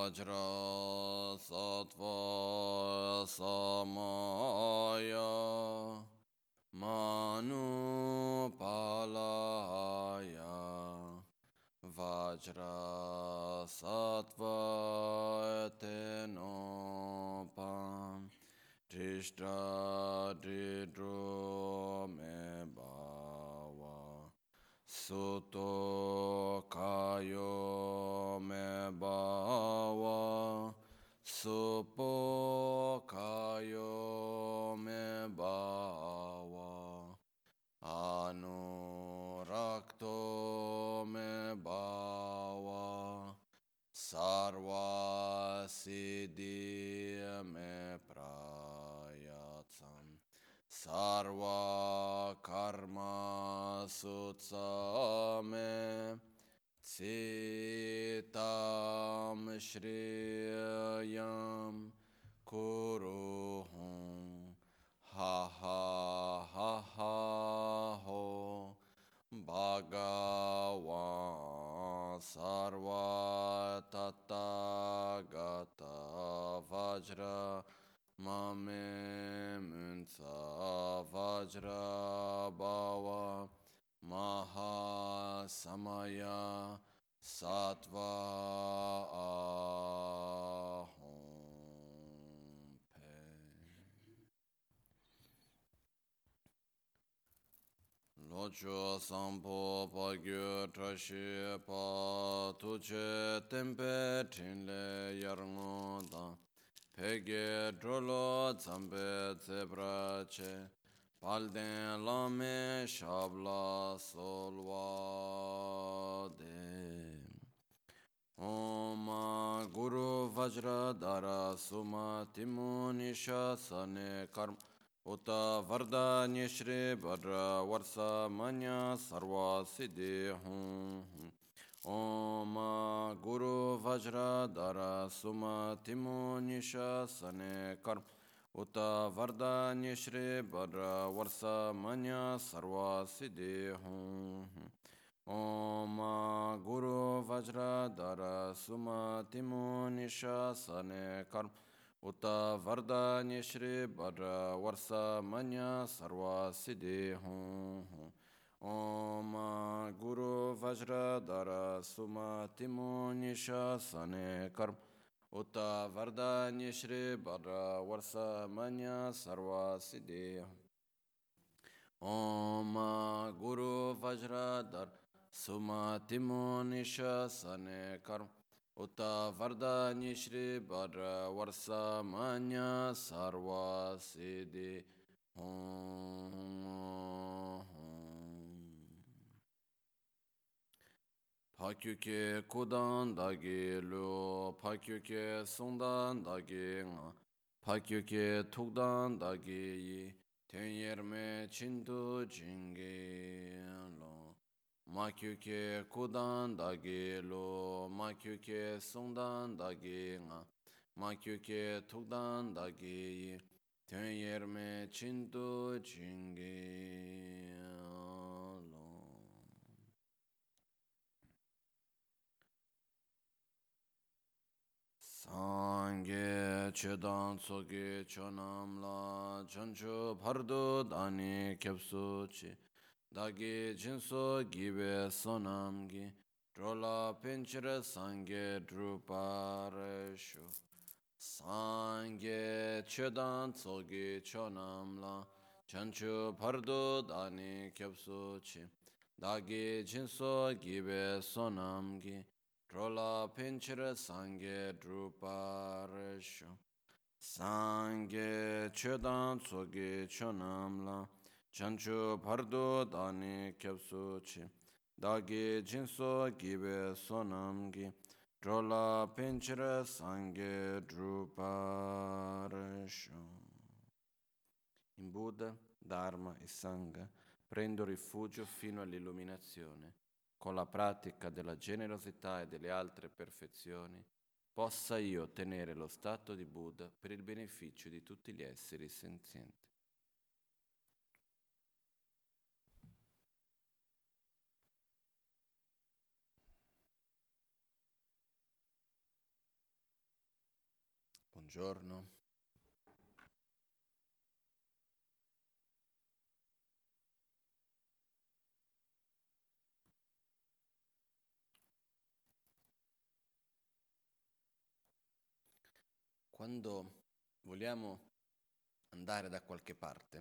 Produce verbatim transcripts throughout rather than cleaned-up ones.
Vajra Sattva Samaya Manu Palaya Vajra Sattva Tenopam Drishta Dridro Me Bhava Suto Kayo Me Bhava Supo Kayo Me Bhava Anurakto Me Bhava Sarva Siddhi Me Prayatsam Sarva Karma Sutsame Citam Shriyam Kuruhum Ha ha ha ha ho Bhagavan Sarva Tathagata Vajra Mame Munsa Vajra Bhava Maha Samaya Sattva Ahom Pe. Locho Sampo Pagyo Trashi Pa Tuche Tempe Trinle Yarngoda Pege Drolo Zambe Zebrache Palden Lame Shabla Solvade Om Guru Vajra Dara Suma Timunisha Sane Karma Uta Varda Nishri Badra Varsa Manya Sarva Siddhi Hum Om Guru Vajra Dara Suma Timunisha Sane Karma Uta Varda Nishri Badra Varsa Manya Sarva Siddhi Hum Om Guru Vajra Dara Suma Timunisha Sane Karma Uta Varda Nishri Badra Varsa Manya Sarva Siddhi Hum Om Guru Vajra Dara Suma Timunisha Sane Karma Uta Varda Nishri Badra Varsa Manya Sarva Siddhi Om Guru Vajra Dara Suma Timunisha Sane Karma Uta Varda Nishri Badra Varsa Manya Sarva Siddhi Hum Pakyuke Kudan Dagi Lu Pakyuke Sundan Dagi Nga Pakyuke Tukdan Dagi Yi Tenyerme Chintu Jingi Lo Makyuke Kudan Dagi Lu Makyuke Sundan Dagi Nga Makyuke Tukdan Dagi Yi Tenyerme Chintu Jingi Sangye chedan soge chonam la chancho bhardo dani kyapsu chi dagi jinso gibe sonam gi drola pinchira sangye drupareshu Sangye chedan soge chonam la chancho bhardo dani kyapsu chi dagi jinso gibe sonam gi Drola pinchira sangye druparesho Sangye chedan tsoge chonamla Chancho pardo dani kyapsu chi Dagi jinso gibe sonamgi Drola pinchira sangye druparesho In Buddha, Dharma e Sangha prendo rifugio fino all'illuminazione. Con la pratica della generosità e delle altre perfezioni, possa io ottenere lo stato di Buddha per il beneficio di tutti gli esseri senzienti. Buongiorno. Quando vogliamo andare da qualche parte,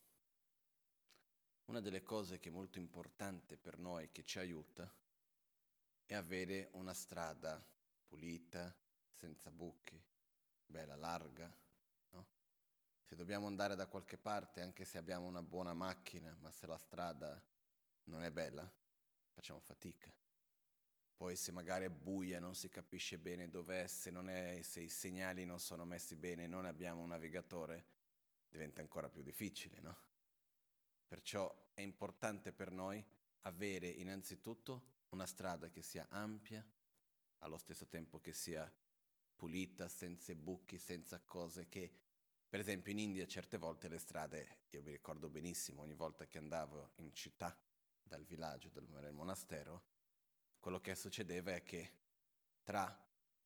una delle cose che è molto importante per noi, che ci aiuta, è avere una strada pulita, senza buchi, bella larga, no? Se dobbiamo andare da qualche parte, anche se abbiamo una buona macchina, ma se la strada non è bella, facciamo fatica. Poi se magari è buia, non si capisce bene dov'è, se, non è, se i segnali non sono messi bene, non abbiamo un navigatore, diventa ancora più difficile, no? Perciò è importante per noi avere innanzitutto una strada che sia ampia, allo stesso tempo che sia pulita, senza buchi, senza cose che... Per esempio in India certe volte le strade, io mi ricordo benissimo, ogni volta che andavo in città, dal villaggio, dal monastero, quello che succedeva è che tra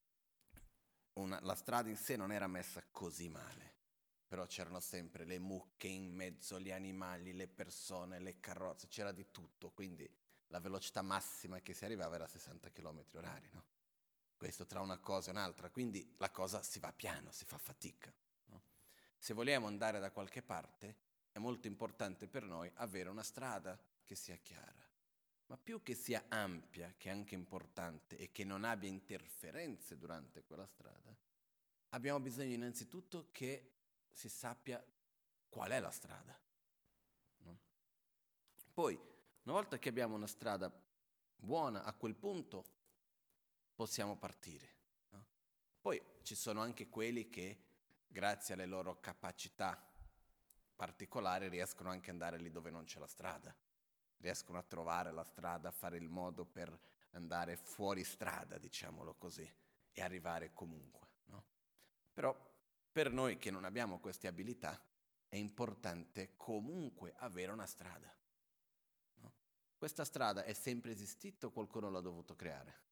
una, la strada in sé non era messa così male, però c'erano sempre le mucche in mezzo, gli animali, le persone, le carrozze, c'era di tutto, quindi la velocità massima che si arrivava era sessanta chilometri orari, no? Questo tra una cosa e un'altra, quindi la cosa si va piano, si fa fatica, no? Se vogliamo andare da qualche parte, è molto importante per noi avere una strada che sia chiara, ma più che sia ampia, che è anche importante, e che non abbia interferenze durante quella strada, abbiamo bisogno innanzitutto che si sappia qual è la strada, no? Poi, una volta che abbiamo una strada buona, a quel punto possiamo partire, no? Poi ci sono anche quelli che, grazie alle loro capacità particolari, riescono anche ad andare lì dove non c'è la strada, riescono a trovare la strada, a fare il modo per andare fuori strada, diciamolo così, e arrivare comunque, no? Però per noi che non abbiamo queste abilità è importante comunque avere una strada, no? Questa strada è sempre esistita o qualcuno l'ha dovuto creare?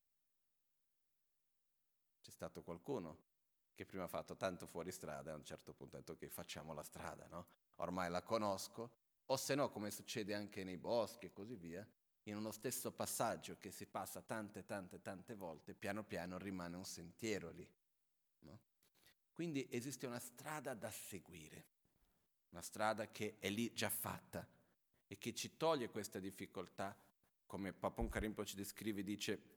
C'è stato qualcuno che prima ha fatto tanto fuori strada e a un certo punto ha detto che facciamo la strada, no? Ormai la conosco, o se no, come succede anche nei boschi e così via, in uno stesso passaggio che si passa tante, tante, tante volte, piano piano rimane un sentiero lì, no? Quindi esiste una strada da seguire, una strada che è lì già fatta e che ci toglie questa difficoltà, come Paponka Rinpoche ci descrive, dice: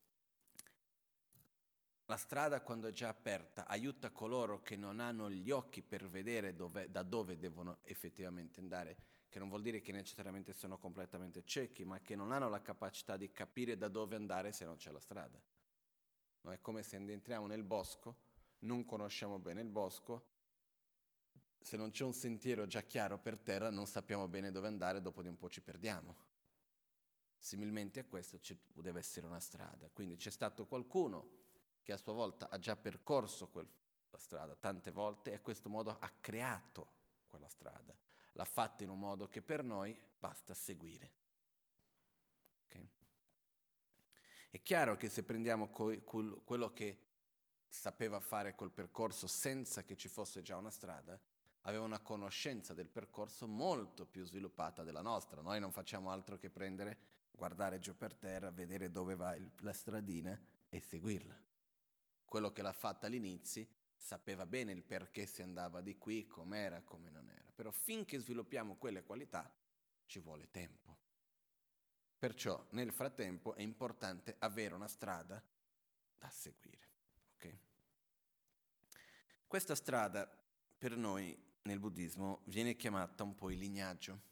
la strada, quando è già aperta, aiuta coloro che non hanno gli occhi per vedere dove, da dove devono effettivamente andare, che non vuol dire che necessariamente sono completamente ciechi, ma che non hanno la capacità di capire da dove andare se non c'è la strada. No, è come se entriamo nel bosco, non conosciamo bene il bosco, se non c'è un sentiero già chiaro per terra non sappiamo bene dove andare, dopo di un po' ci perdiamo. Similmente a questo ci deve essere una strada, quindi c'è stato qualcuno che a sua volta ha già percorso quella strada tante volte e a questo modo ha creato quella strada, l'ha fatta in un modo che per noi basta seguire. Okay? È chiaro che se prendiamo co- col- quello che sapeva fare quel percorso senza che ci fosse già una strada, aveva una conoscenza del percorso molto più sviluppata della nostra. Noi non facciamo altro che prendere, guardare giù per terra, vedere dove va il, la stradina e seguirla. Quello che l'ha fatta all'inizio sapeva bene il perché si andava di qui, com'era, come non era. Però finché sviluppiamo quelle qualità ci vuole tempo. Perciò nel frattempo è importante avere una strada da seguire. Okay? Questa strada per noi nel buddismo viene chiamata un po' il lignaggio.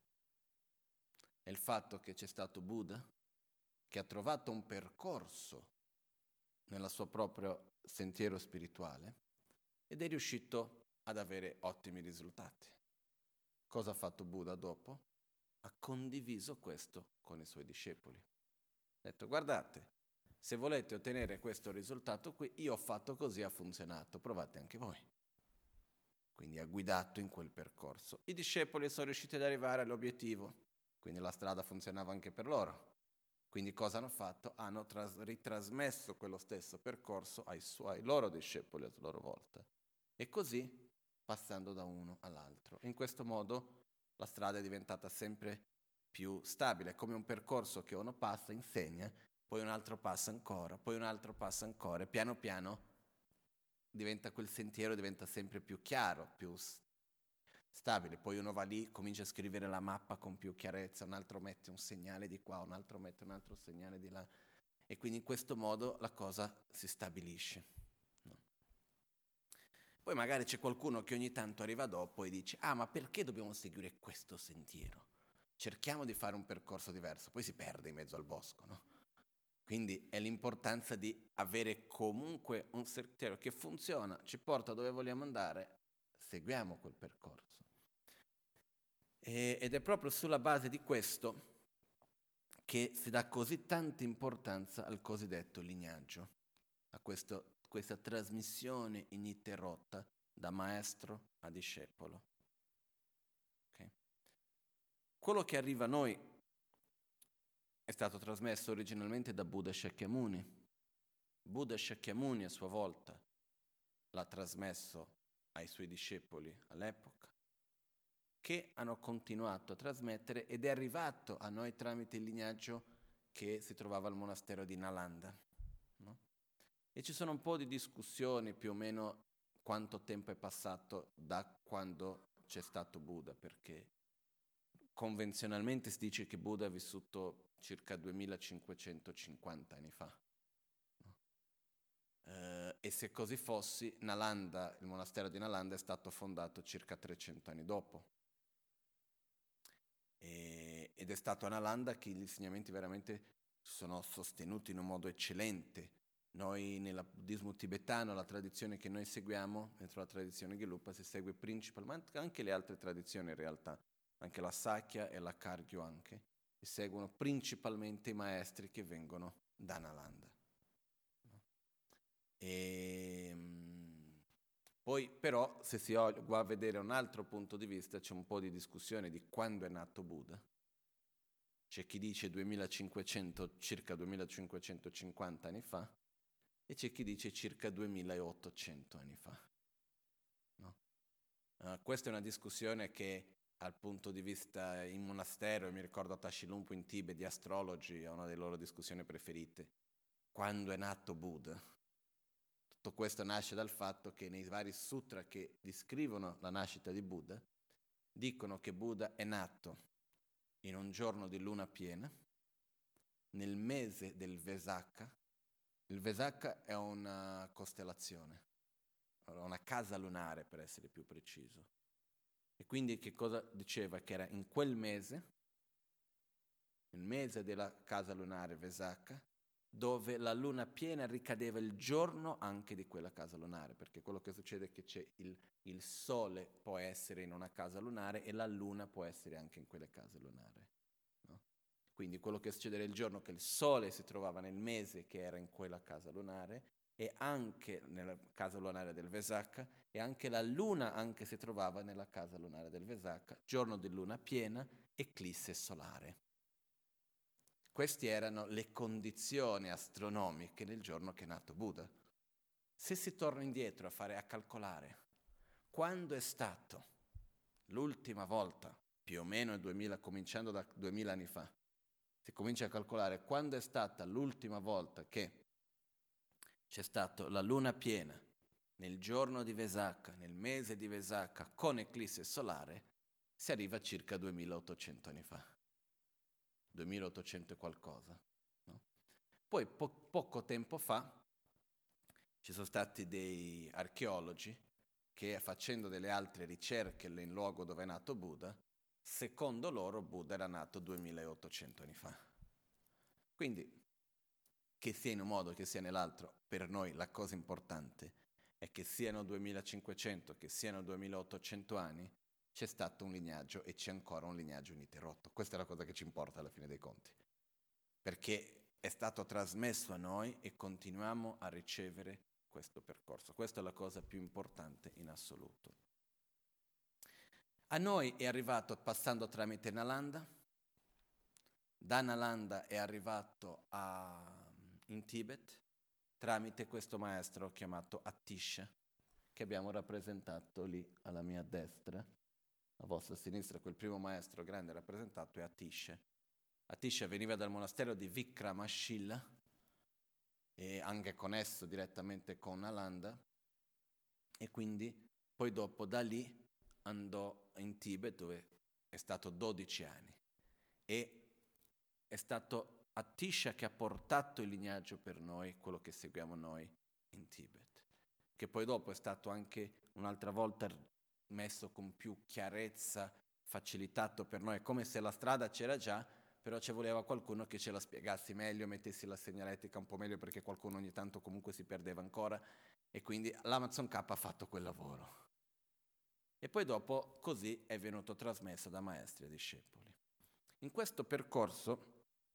È il fatto che c'è stato Buddha che ha trovato un percorso nel suo proprio sentiero spirituale ed è riuscito ad avere ottimi risultati. Cosa ha fatto Buddha dopo? Ha condiviso questo con i suoi discepoli. Ha detto: guardate, se volete ottenere questo risultato qui, io ho fatto così, ha funzionato, provate anche voi. Quindi ha guidato in quel percorso. I discepoli sono riusciti ad arrivare all'obiettivo, quindi la strada funzionava anche per loro. Quindi cosa hanno fatto? Hanno tras- ritrasmesso quello stesso percorso ai, su- ai loro discepoli a loro volta. E così passando da uno all'altro. In questo modo la strada è diventata sempre più stabile, è come un percorso che uno passa, insegna, poi un altro passa ancora, poi un altro passa ancora, e piano piano diventa quel sentiero, diventa sempre più chiaro, più stabile. Poi uno va lì, comincia a scrivere la mappa con più chiarezza, un altro mette un segnale di qua, un altro mette un altro segnale di là, e quindi in questo modo la cosa si stabilisce. No? Poi magari c'è qualcuno che ogni tanto arriva dopo e dice: ah, ma perché dobbiamo seguire questo sentiero? Cerchiamo di fare un percorso diverso, poi si perde in mezzo al bosco, no? Quindi è l'importanza di avere comunque un sentiero che funziona, ci porta dove vogliamo andare, seguiamo quel percorso. E, ed è proprio sulla base di questo che si dà così tanta importanza al cosiddetto lignaggio, a questo, questa trasmissione ininterrotta da maestro a discepolo. Okay? Quello che arriva a noi è stato trasmesso originalmente da Buddha Shakyamuni. Buddha Shakyamuni a sua volta l'ha trasmesso ai suoi discepoli all'epoca, che hanno continuato a trasmettere, ed è arrivato a noi tramite il lignaggio che si trovava al monastero di Nalanda. No? E ci sono un po' di discussioni più o meno quanto tempo è passato da quando c'è stato Buddha, perché convenzionalmente si dice che Buddha ha vissuto circa duemilacinquecentocinquanta anni fa. No? Eh, e se così fossi, Nalanda, il monastero di Nalanda è stato fondato circa trecento anni dopo. E, ed è stato a Nalanda che gli insegnamenti veramente sono sostenuti in un modo eccellente. Noi nel buddismo tibetano, la tradizione che noi seguiamo, dentro la tradizione Gelugpa, si segue principalmente, anche le altre tradizioni in realtà, anche la Sakya e la Kagyu anche, e seguono principalmente i maestri che vengono da Nalanda. E, poi però, se si va a vedere un altro punto di vista, c'è un po' di discussione di quando è nato Buddha. C'è chi dice duemilacinquecento, circa duemilacinquecentocinquanta anni fa, e c'è chi dice circa duemilaottocento anni fa. No? Uh, questa è una discussione che dal punto di vista in monastero, mi ricordo a Tashilhunpo in Tibet, di astrologi, è una delle loro discussioni preferite. Quando è nato Buddha? Tutto questo nasce dal fatto che nei vari sutra che descrivono la nascita di Buddha, dicono che Buddha è nato in un giorno di luna piena, nel mese del Vesakha. Il Vesakha è una costellazione, una casa lunare per essere più preciso. E quindi che cosa diceva? Che era in quel mese, il mese della casa lunare Vesakha, dove la luna piena ricadeva il giorno anche di quella casa lunare, perché quello che succede è che c'è il, il sole può essere in una casa lunare e la luna può essere anche in quelle case lunari. No? Quindi quello che succede era il giorno che il sole si trovava nel mese che era in quella casa lunare, e anche nella casa lunare del Vesakha, e anche la luna anche si trovava nella casa lunare del Vesakha, giorno di luna piena, eclisse solare. Queste erano le condizioni astronomiche nel giorno che è nato Buddha. Se si torna indietro a fare a calcolare quando è stato l'ultima volta, più o meno duemila, cominciando da duemila anni fa, si comincia a calcolare quando è stata l'ultima volta che c'è stata la luna piena nel giorno di Vesakha, nel mese di Vesakha, con eclisse solare, si arriva a circa duemilaottocento anni fa. duemilaottocento e qualcosa. No? Poi po- poco tempo fa ci sono stati dei archeologi che, facendo delle altre ricerche in luogo dove è nato Buddha, secondo loro Buddha era nato duemilaottocento anni fa. Quindi, che sia in un modo che sia nell'altro, per noi la cosa importante è che siano duemilacinquecento, che siano duemilaottocento anni, c'è stato un lignaggio e c'è ancora un lignaggio ininterrotto. Questa è la cosa che ci importa alla fine dei conti, perché è stato trasmesso a noi e continuiamo a ricevere questo percorso. Questa è la cosa più importante in assoluto. A noi è arrivato passando tramite Nalanda, da Nalanda è arrivato a, in Tibet tramite questo maestro chiamato Atisha, che abbiamo rappresentato lì alla mia destra. A vostra sinistra quel primo maestro grande rappresentato è Atisha. Atisha veniva dal monastero di Vikramashila e anche connesso direttamente con Nalanda, e quindi poi dopo da lì andò in Tibet, dove è stato dodici anni, e è stato Atisha che ha portato il lignaggio per noi, quello che seguiamo noi in Tibet, che poi dopo è stato anche un'altra volta messo con più chiarezza, facilitato per noi, come se la strada c'era già, però ci voleva qualcuno che ce la spiegassi meglio, mettessi la segnaletica un po' meglio, perché qualcuno ogni tanto comunque si perdeva ancora, e quindi l'Amazon K ha fatto quel lavoro. E poi dopo così è venuto trasmesso da maestri e discepoli. In questo percorso,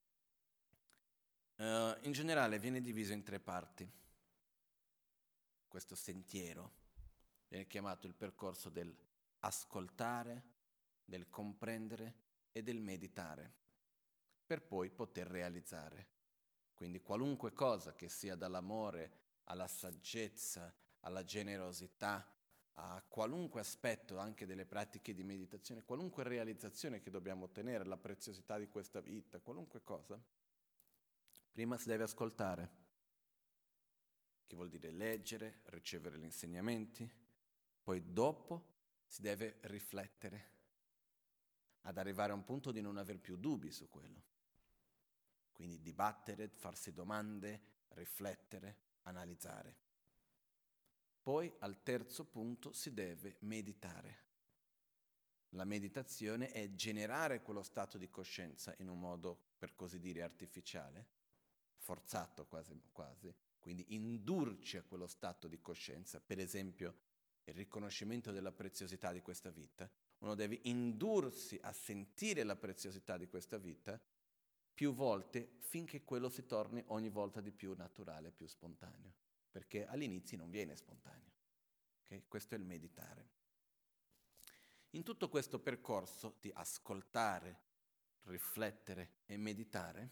eh, in generale, viene diviso in tre parti. Questo sentiero viene chiamato il percorso del ascoltare, del comprendere e del meditare, per poi poter realizzare. Quindi qualunque cosa che sia dall'amore alla saggezza, alla generosità, a qualunque aspetto anche delle pratiche di meditazione, qualunque realizzazione che dobbiamo ottenere, la preziosità di questa vita, qualunque cosa, prima si deve ascoltare, che vuol dire leggere, ricevere gli insegnamenti, poi dopo si deve riflettere, ad arrivare a un punto di non aver più dubbi su quello. Quindi dibattere, farsi domande, riflettere, analizzare. Poi al terzo punto si deve meditare. La meditazione è generare quello stato di coscienza in un modo, per così dire, artificiale, forzato quasi, quasi, quindi indurci a quello stato di coscienza, per esempio il riconoscimento della preziosità di questa vita. Uno deve indursi a sentire la preziosità di questa vita più volte, finché quello si torni ogni volta di più naturale, più spontaneo, perché all'inizio non viene spontaneo. Okay? Questo è il meditare. In tutto questo percorso di ascoltare, riflettere e meditare,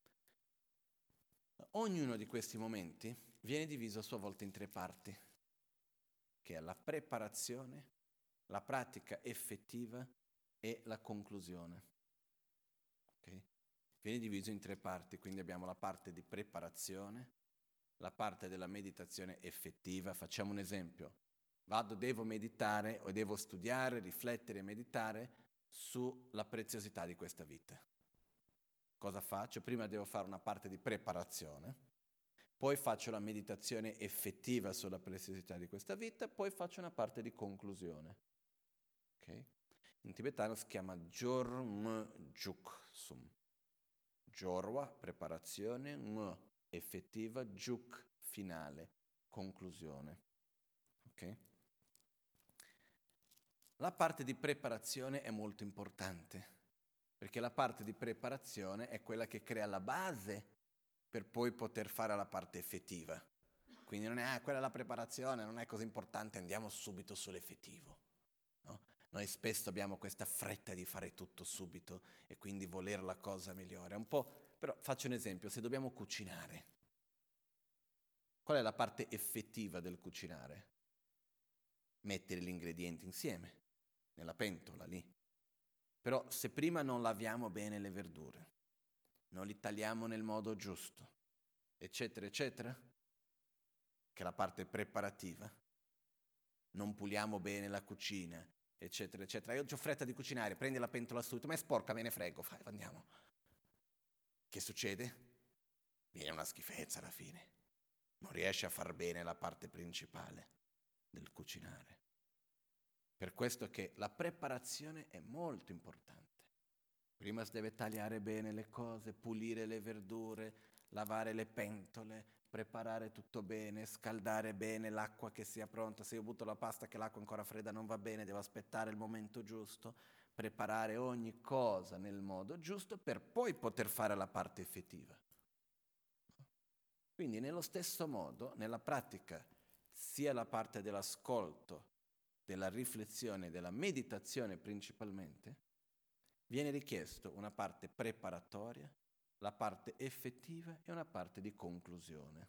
ognuno di questi momenti viene diviso a sua volta in tre parti, che è la preparazione, la pratica effettiva e la conclusione. Okay? Viene diviso in tre parti, quindi abbiamo la parte di preparazione, la parte della meditazione effettiva. Facciamo un esempio. Vado, devo meditare o devo studiare, riflettere e meditare sulla preziosità di questa vita. Cosa faccio? Prima devo fare una parte di preparazione, poi faccio la meditazione effettiva sulla preziosità di questa vita, poi faccio una parte di conclusione. Okay? In tibetano si chiama Jormjuk Sum. Jorwa, preparazione, ng, effettiva, juk, finale, conclusione. Ok? La parte di preparazione è molto importante, perché la parte di preparazione è quella che crea la base per poi poter fare la parte effettiva. Quindi non è, ah, quella è la preparazione, non è così importante, andiamo subito sull'effettivo. No? Noi spesso abbiamo questa fretta di fare tutto subito e quindi voler la cosa migliore. Un po', però faccio un esempio, se dobbiamo cucinare, qual è la parte effettiva del cucinare? Mettere gli ingredienti insieme, nella pentola lì. Però se prima non laviamo bene le verdure, non li tagliamo nel modo giusto, eccetera, eccetera, che è la parte preparativa, non puliamo bene la cucina, eccetera, eccetera. Io ho fretta di cucinare, prendi la pentola subito, ma è sporca, me ne frego, fai, andiamo. Che succede? Viene una schifezza alla fine. Non riesci a far bene la parte principale del cucinare. Per questo che la preparazione è molto importante. Prima si deve tagliare bene le cose, pulire le verdure, lavare le pentole, preparare tutto bene, scaldare bene l'acqua che sia pronta. Se io butto la pasta che l'acqua è ancora fredda non va bene, devo aspettare il momento giusto, preparare ogni cosa nel modo giusto per poi poter fare la parte effettiva. Quindi nello stesso modo, nella pratica, sia la parte dell'ascolto, della riflessione, della meditazione principalmente, viene richiesto una parte preparatoria, la parte effettiva e una parte di conclusione.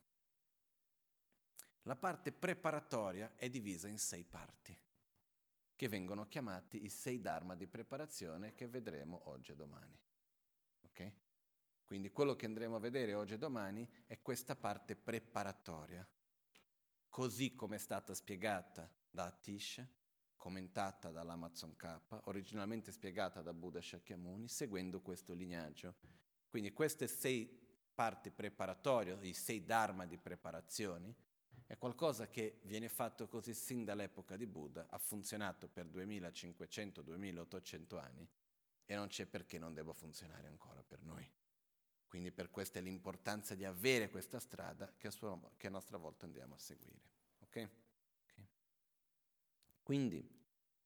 La parte preparatoria è divisa in sei parti, che vengono chiamati i sei dharma di preparazione che vedremo oggi e domani. Ok? Quindi quello che andremo a vedere oggi e domani è questa parte preparatoria, così come è stata spiegata da Atish, commentata dall'Amazon K, originalmente spiegata da Buddha Shakyamuni, seguendo questo lignaggio. Quindi queste sei parti preparatorie, i sei dharma di preparazioni, è qualcosa che viene fatto così sin dall'epoca di Buddha, ha funzionato per duemilacinquecento duemilaottocento anni e non c'è perché non debba funzionare ancora per noi. Quindi per questo è l'importanza di avere questa strada che a, sua, che a nostra volta andiamo a seguire. Ok? Okay. Quindi,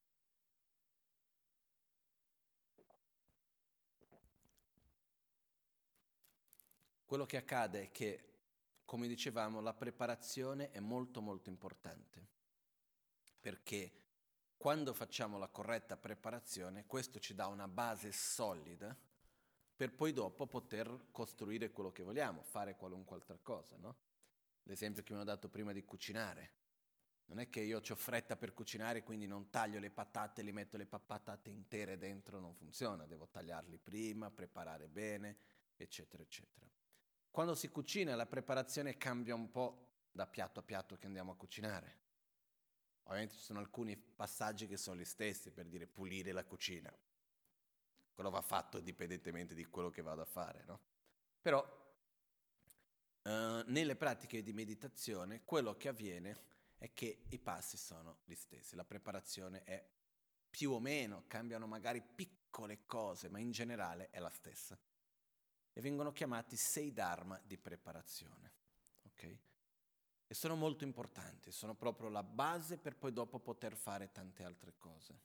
quello che accade è che, come dicevamo, la preparazione è molto molto importante, perché quando facciamo la corretta preparazione, questo ci dà una base solida per poi dopo poter costruire quello che vogliamo, fare qualunque altra cosa, no? L'esempio che mi hanno dato prima di cucinare. Non è che io ho fretta per cucinare, quindi non taglio le patate, li metto le patate intere dentro, non funziona, devo tagliarli prima, preparare bene, eccetera, eccetera. Quando si cucina la preparazione cambia un po' da piatto a piatto che andiamo a cucinare. Ovviamente ci sono alcuni passaggi che sono gli stessi, per dire pulire la cucina. Quello va fatto indipendentemente di quello che vado a fare, no? Però eh, nelle pratiche di meditazione quello che avviene è che i passi sono gli stessi, la preparazione è più o meno, cambiano magari piccole cose, ma in generale è la stessa. E vengono chiamati sei dharma di preparazione, ok? E sono molto importanti, sono proprio la base per poi dopo poter fare tante altre cose.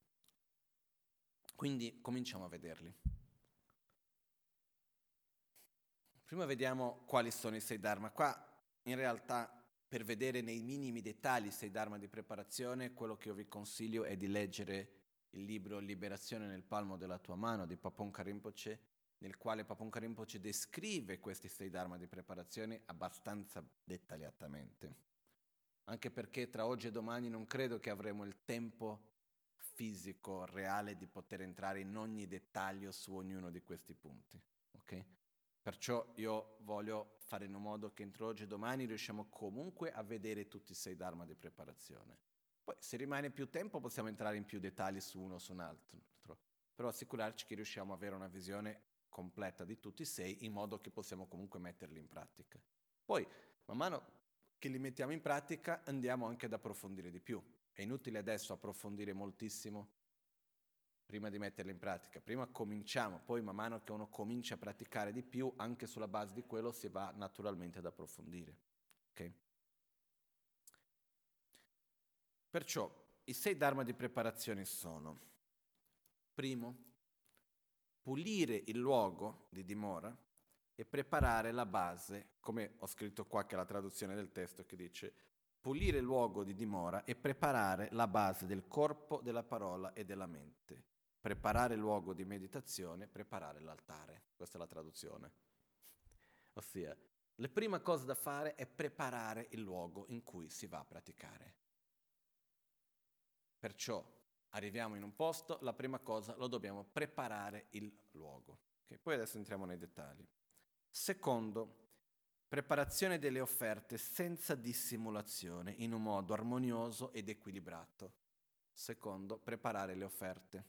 Quindi cominciamo a vederli. Prima vediamo quali sono i sei dharma. Qua in realtà per vedere nei minimi dettagli i sei dharma di preparazione, quello che io vi consiglio è di leggere il libro Liberazione nel palmo della tua mano di Pabongka Rinpoche, nel quale Pabongka Rinpoche descrive questi sei dharma di preparazione abbastanza dettagliatamente. Anche perché tra oggi e domani non credo che avremo il tempo fisico, reale, di poter entrare in ogni dettaglio su ognuno di questi punti. Ok? Perciò io voglio fare in un modo che entro oggi e domani riusciamo comunque a vedere tutti i sei dharma di preparazione. Poi se rimane più tempo possiamo entrare in più dettagli su uno o su un altro, però assicurarci che riusciamo ad avere una visione completa di tutti i sei in modo che possiamo comunque metterli in pratica. Poi, man mano che li mettiamo in pratica, andiamo anche ad approfondire di più. È inutile adesso approfondire moltissimo prima di metterli in pratica. Prima cominciamo, poi man mano che uno comincia a praticare di più, anche sulla base di quello si va naturalmente ad approfondire. Okay? Perciò i sei dharma di preparazione sono: primo, pulire il luogo di dimora e preparare la base, come ho scritto qua che è la traduzione del testo che dice pulire il luogo di dimora e preparare la base del corpo, della parola e della mente. Preparare il luogo di meditazione, preparare l'altare. Questa è la traduzione. Ossia, la prima cosa da fare è preparare il luogo in cui si va a praticare. Perciò arriviamo in un posto, la prima cosa lo dobbiamo preparare il luogo. Okay? Poi adesso entriamo nei dettagli. Secondo, preparazione delle offerte senza dissimulazione, in un modo armonioso ed equilibrato. Secondo, preparare le offerte.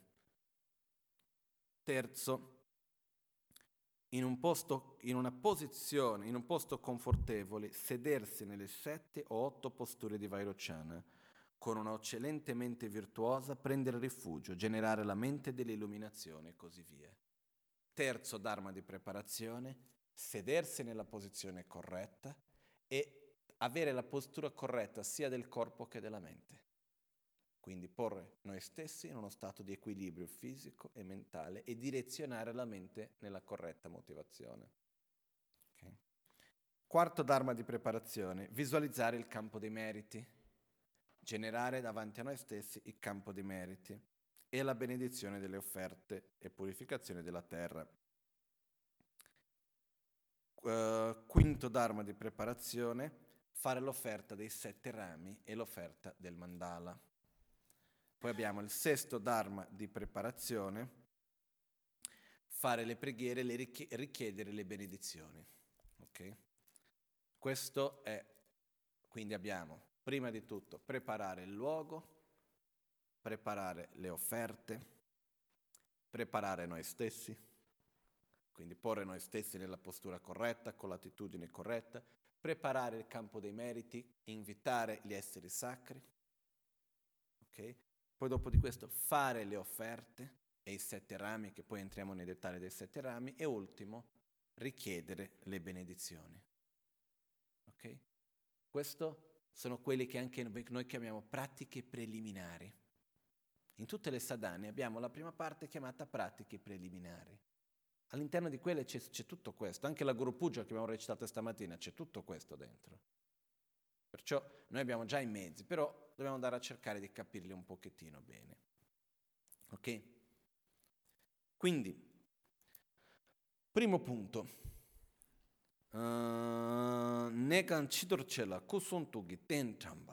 Terzo, in un posto, in una posizione, in un posto confortevole, sedersi nelle sette o otto posture di Vairochana, con una eccellente mente virtuosa, prendere rifugio, generare la mente dell'illuminazione e così via. Terzo dharma di preparazione, sedersi nella posizione corretta e avere la postura corretta sia del corpo che della mente. Quindi porre noi stessi in uno stato di equilibrio fisico e mentale e direzionare la mente nella corretta motivazione. Okay. Quarto dharma di preparazione, visualizzare il campo dei meriti, generare davanti a noi stessi il campo dei meriti. e la benedizione delle offerte e purificazione della terra. Uh, quinto dharma di preparazione, fare l'offerta dei sette rami e l'offerta del mandala. Poi abbiamo il sesto dharma di preparazione, fare le preghiere e richi- richiedere le benedizioni. Ok? Questo è, quindi abbiamo prima di tutto preparare il luogo, preparare le offerte, preparare noi stessi, quindi porre noi stessi nella postura corretta, con l'attitudine corretta, preparare il campo dei meriti, invitare gli esseri sacri, ok? Poi dopo di questo fare le offerte e i sette rami, che poi entriamo nei dettagli dei sette rami, e ultimo richiedere le benedizioni. Ok? Questo sono quelli che anche noi chiamiamo pratiche preliminari. In tutte le sadhane abbiamo la prima parte chiamata pratiche preliminari. All'interno di quelle c'è, c'è tutto questo, anche la Guru Puja che abbiamo recitato stamattina, c'è tutto questo dentro. Perciò noi abbiamo già i mezzi, però dobbiamo andare a cercare di capirli un pochettino bene. Ok? Quindi, primo punto. Uh, Negan chidorchela kusuntugi tenchamba.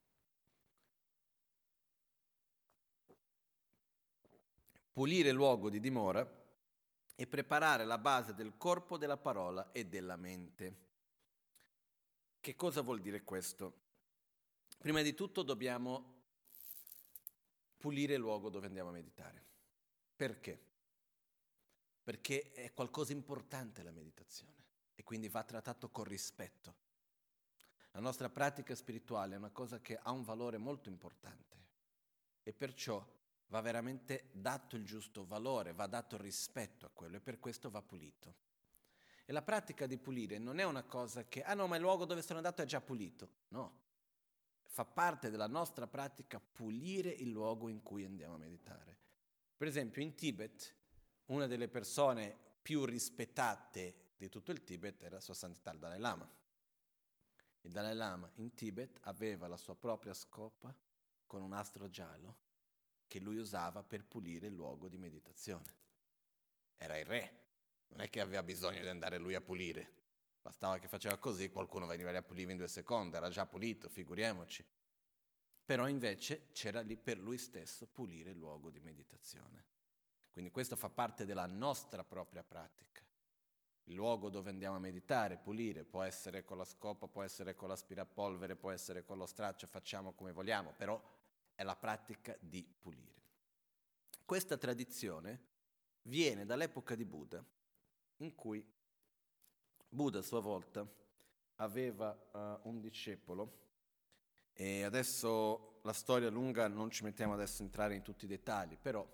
Pulire il luogo di dimora e preparare la base del corpo, della parola e della mente. Che cosa vuol dire questo? Prima di tutto dobbiamo pulire il luogo dove andiamo a meditare. Perché? Perché è qualcosa di importante la meditazione e quindi va trattato con rispetto. La nostra pratica spirituale è una cosa che ha un valore molto importante e perciò va veramente dato il giusto valore, va dato il rispetto a quello e per questo va pulito. E la pratica di pulire non è una cosa che, ah no, ma il luogo dove sono andato è già pulito. No, fa parte della nostra pratica pulire il luogo in cui andiamo a meditare. Per esempio in Tibet, una delle persone più rispettate di tutto il Tibet era Sua Santità il Dalai Lama. Il Dalai Lama in Tibet aveva la sua propria scopa con un nastro giallo che lui usava per pulire il luogo di meditazione. Era il re, non è che aveva bisogno di andare lui a pulire, bastava che faceva così, qualcuno veniva lì a pulire in due secondi, era già pulito, figuriamoci. Però invece c'era lì per lui stesso pulire il luogo di meditazione. Quindi questo fa parte della nostra propria pratica. Il luogo dove andiamo a meditare, pulire, può essere con la scopa, può essere con l'aspirapolvere, può essere con lo straccio, facciamo come vogliamo, però è la pratica di pulire. Questa tradizione viene dall'epoca di Buddha, in cui Buddha a sua volta aveva uh, un discepolo, e adesso la storia lunga non ci mettiamo adesso a entrare in tutti i dettagli, però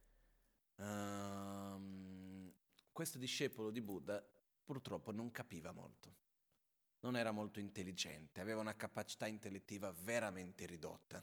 um, questo discepolo di Buddha purtroppo non capiva molto, non era molto intelligente, aveva una capacità intellettiva veramente ridotta.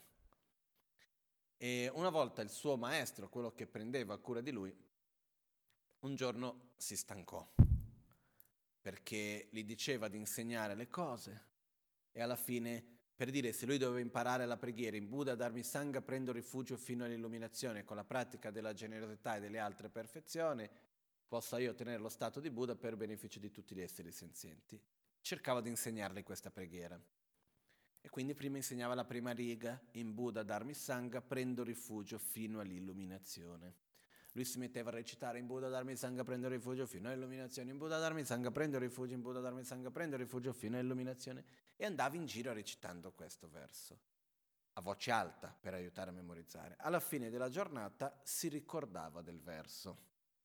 E una volta il suo maestro, quello che prendeva cura di lui, un giorno si stancò, perché gli diceva di insegnare le cose e alla fine, per dire, se lui doveva imparare la preghiera in Buddha Dharma Sangha prendo rifugio fino all'illuminazione con la pratica della generosità e delle altre perfezioni, possa io ottenere lo stato di Buddha per beneficio di tutti gli esseri senzienti. Cercava di insegnargli questa preghiera. E quindi prima insegnava la prima riga in Buddha Dharma Sangha prendo rifugio fino all'illuminazione. Lui si metteva a recitare in Buddha Dharma Sangha prendo rifugio fino all'illuminazione, in Buddha Dharma Sangha prendo rifugio, in Buddha Dharma Sangha prendo rifugio fino all'illuminazione, e andava in giro recitando questo verso a voce alta per aiutare a memorizzare. Alla fine della giornata si ricordava del verso.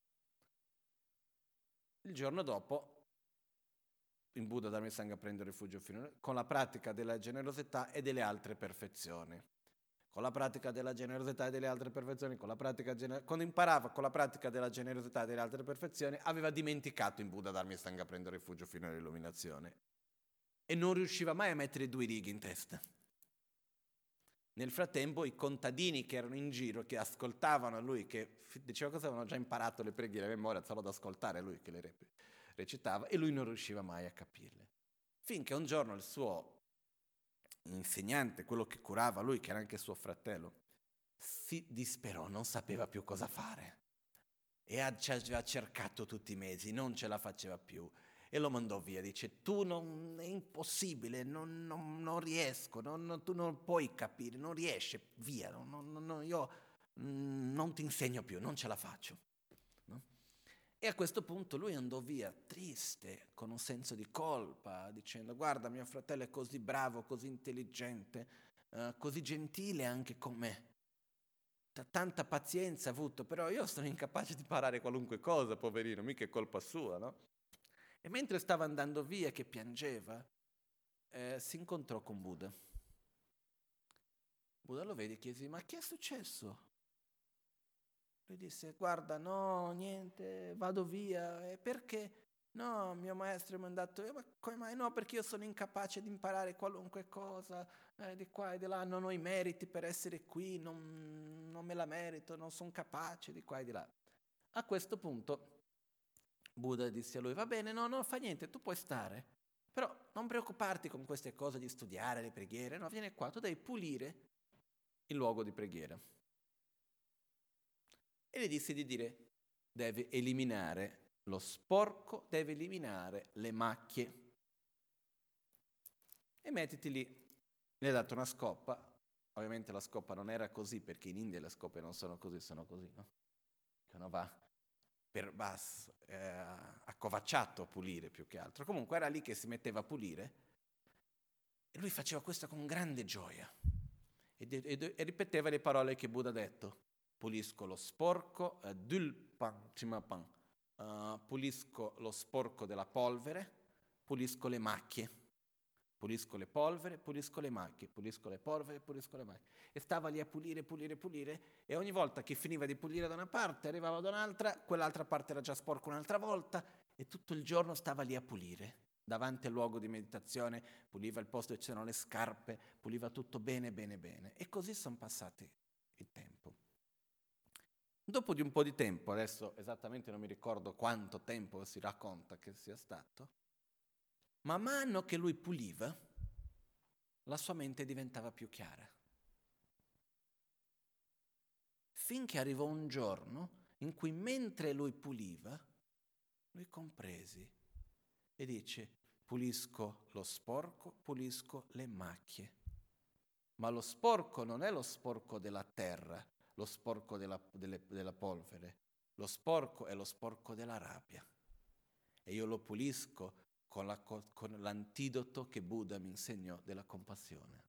Il giorno dopo in Buddha Dharma Sangha prendo rifugio fino con la pratica della generosità e delle altre perfezioni. Con la pratica della generosità e delle altre perfezioni, con la pratica gener- quando imparava con la pratica della generosità e delle altre perfezioni, aveva dimenticato in Buddha Dharma Sangha prendo rifugio fino all'illuminazione e non riusciva mai a mettere due righe in testa. Nel frattempo i contadini che erano in giro, che ascoltavano a lui, che diceva cosa avevano già imparato le preghiere a memoria, solo ad ascoltare lui che le rep- recitava, e lui non riusciva mai a capirle. Finché un giorno il suo insegnante, quello che curava lui, che era anche suo fratello, si disperò, non sapeva più cosa fare. E ha, ci aveva cercato tutti i mesi, non ce la faceva più. E lo mandò via, dice, tu non, è impossibile, non, non, non riesco, non, tu non puoi capire, non riesci, via, non, non, io mm, non ti insegno più, non ce la faccio. No? E a questo punto lui andò via, triste, con un senso di colpa, dicendo, guarda, mio fratello è così bravo, così intelligente, eh, così gentile anche con me. Tanta pazienza ha avuto, però io sono incapace di imparare qualunque cosa, poverino, mica è colpa sua, no? E mentre stava andando via, che piangeva, eh, si incontrò con Buddha. Buddha lo vede e chiese, ma che è successo? Lui disse, guarda, no, niente, vado via. E perché? No, mio maestro mi ha mandato, eh, ma come mai? No, perché io sono incapace di imparare qualunque cosa, eh, di qua e di là, non ho i meriti per essere qui, non, non me la merito, non sono capace, di qua e di là. A questo punto Buddha disse a lui, va bene, no, non fa niente, tu puoi stare, però non preoccuparti con queste cose di studiare, le preghiere, no, vieni qua, tu devi pulire il luogo di preghiera. E gli disse di dire, deve eliminare lo sporco, deve eliminare le macchie. E mettiti lì. Le ha dato una scoppa, ovviamente la scoppa non era così, perché in India le scoppe non sono così, sono così, no? Che uno va per basso, eh, accovacciato a pulire più che altro. Comunque era lì che si metteva a pulire e lui faceva questo con grande gioia e, de- e, de- e ripeteva le parole che Buddha ha detto. Pulisco lo sporco, uh, dulpan, cimapan, uh, pulisco lo sporco della polvere, pulisco le macchie. Pulisco le polvere, pulisco le macchie, pulisco le polvere, pulisco le macchie. E stava lì a pulire, pulire, pulire, e ogni volta che finiva di pulire da una parte, arrivava da un'altra, quell'altra parte era già sporca un'altra volta, e tutto il giorno stava lì a pulire. Davanti al luogo di meditazione, puliva il posto dove c'erano le scarpe, puliva tutto bene, bene, bene. E così sono passati il tempo. Dopo di un po' di tempo, adesso esattamente non mi ricordo quanto tempo si racconta che sia stato, man mano che lui puliva, la sua mente diventava più chiara. Finché arrivò un giorno in cui mentre lui puliva, lui compresi e dice, pulisco lo sporco, pulisco le macchie. Ma lo sporco non è lo sporco della terra, lo sporco della, delle, della polvere, lo sporco è lo sporco della rabbia. E io lo pulisco con, la, con l'antidoto che Buddha mi insegnò della compassione.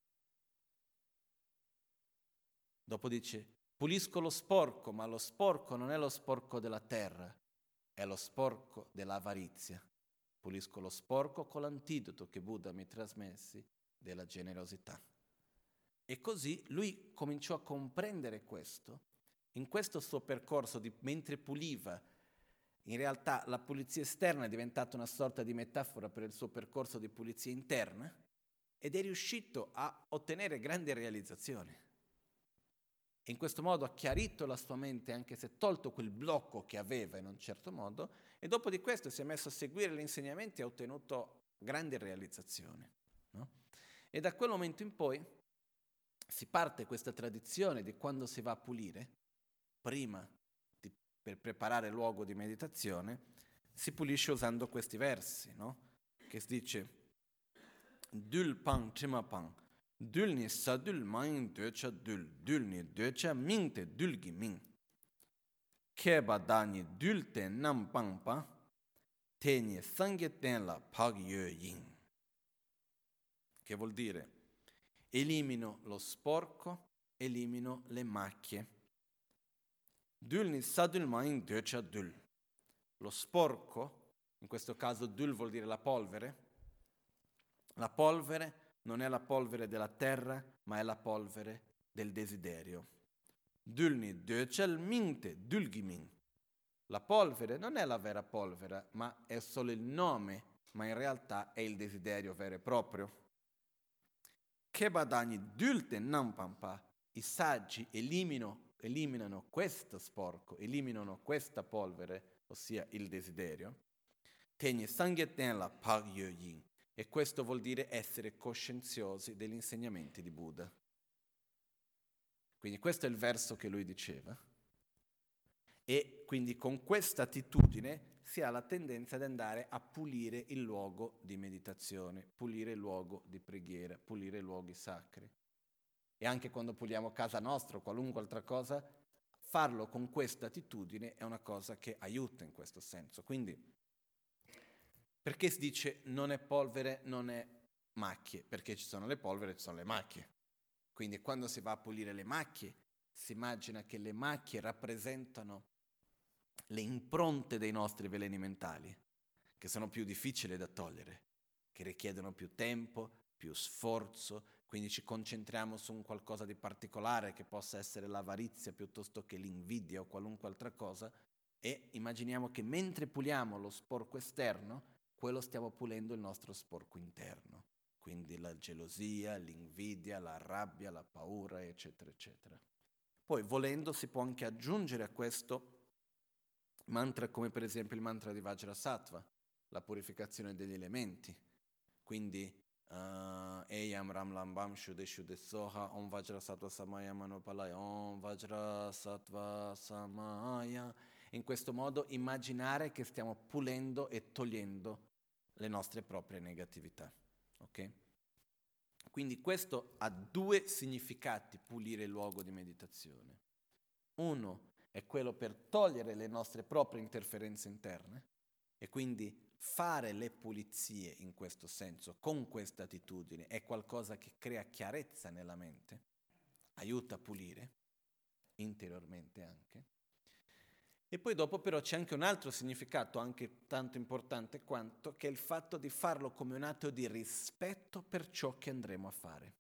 Dopo dice, pulisco lo sporco, ma lo sporco non è lo sporco della terra, è lo sporco dell'avarizia. Pulisco lo sporco con l'antidoto che Buddha mi trasmessi della generosità. E così lui cominciò a comprendere questo. In questo suo percorso, di, mentre puliva, in realtà la pulizia esterna è diventata una sorta di metafora per il suo percorso di pulizia interna ed è riuscito a ottenere grandi realizzazioni. E in questo modo ha chiarito la sua mente, anche se tolto quel blocco che aveva in un certo modo, e dopo di questo si è messo a seguire gli insegnamenti e ha ottenuto grandi realizzazioni. No? E da quel momento in poi si parte questa tradizione di quando si va a pulire, prima di, per preparare il luogo di meditazione, si pulisce usando questi versi, no? Che si dice Dul pang chima pang, dul ni sadul main döcha dul, dul ni döcha ming te dul gi ming. Keba dani dul te nam pang pa, te ni sangye ten la pag yö yin. Che vuol dire elimino lo sporco, elimino le macchie. Dul ni sadul main döcha dul. Lo sporco, in questo caso dul vuol dire la polvere, la polvere non è la polvere della terra, ma è la polvere del desiderio. Dulni döchel minte dulgimin. La polvere non è la vera polvere, ma è solo il nome, ma in realtà è il desiderio vero e proprio. Kebadani dulte nampampa. I saggi eliminano, eliminano questo sporco, eliminano questa polvere, ossia il desiderio. Tegni sangheten la pag yin. E questo vuol dire essere coscienziosi degli insegnamenti di Buddha. Quindi questo è il verso che lui diceva. E quindi con questa attitudine si ha la tendenza ad andare a pulire il luogo di meditazione, pulire il luogo di preghiera, pulire i luoghi sacri. E anche quando puliamo casa nostra o qualunque altra cosa, farlo con questa attitudine è una cosa che aiuta in questo senso. Quindi, perché si dice non è polvere, non è macchie? Perché ci sono le polvere e ci sono le macchie. Quindi quando si va a pulire le macchie, si immagina che le macchie rappresentano le impronte dei nostri veleni mentali, che sono più difficili da togliere, che richiedono più tempo, più sforzo, quindi ci concentriamo su un qualcosa di particolare che possa essere l'avarizia piuttosto che l'invidia o qualunque altra cosa, e immaginiamo che mentre puliamo lo sporco esterno, quello stiamo pulendo il nostro sporco interno, quindi la gelosia, l'invidia, la rabbia, la paura, eccetera, eccetera. Poi, volendo, si può anche aggiungere a questo mantra come per esempio il mantra di Vajrasattva, la purificazione degli elementi. Quindi uh, Eyam Ram Lambam Shuddhe Shuddhe Soha Om Vajrasattva Samaya Manopalaya Om Vajrasattva Samaya. In questo modo immaginare che stiamo pulendo e togliendo le nostre proprie negatività. Ok? Quindi questo ha due significati, pulire il luogo di meditazione. Uno è quello per togliere le nostre proprie interferenze interne e quindi fare le pulizie in questo senso, con questa attitudine, è qualcosa che crea chiarezza nella mente, aiuta a pulire, interiormente anche. E poi dopo però c'è anche un altro significato, anche tanto importante quanto, che è il fatto di farlo come un atto di rispetto per ciò che andremo a fare.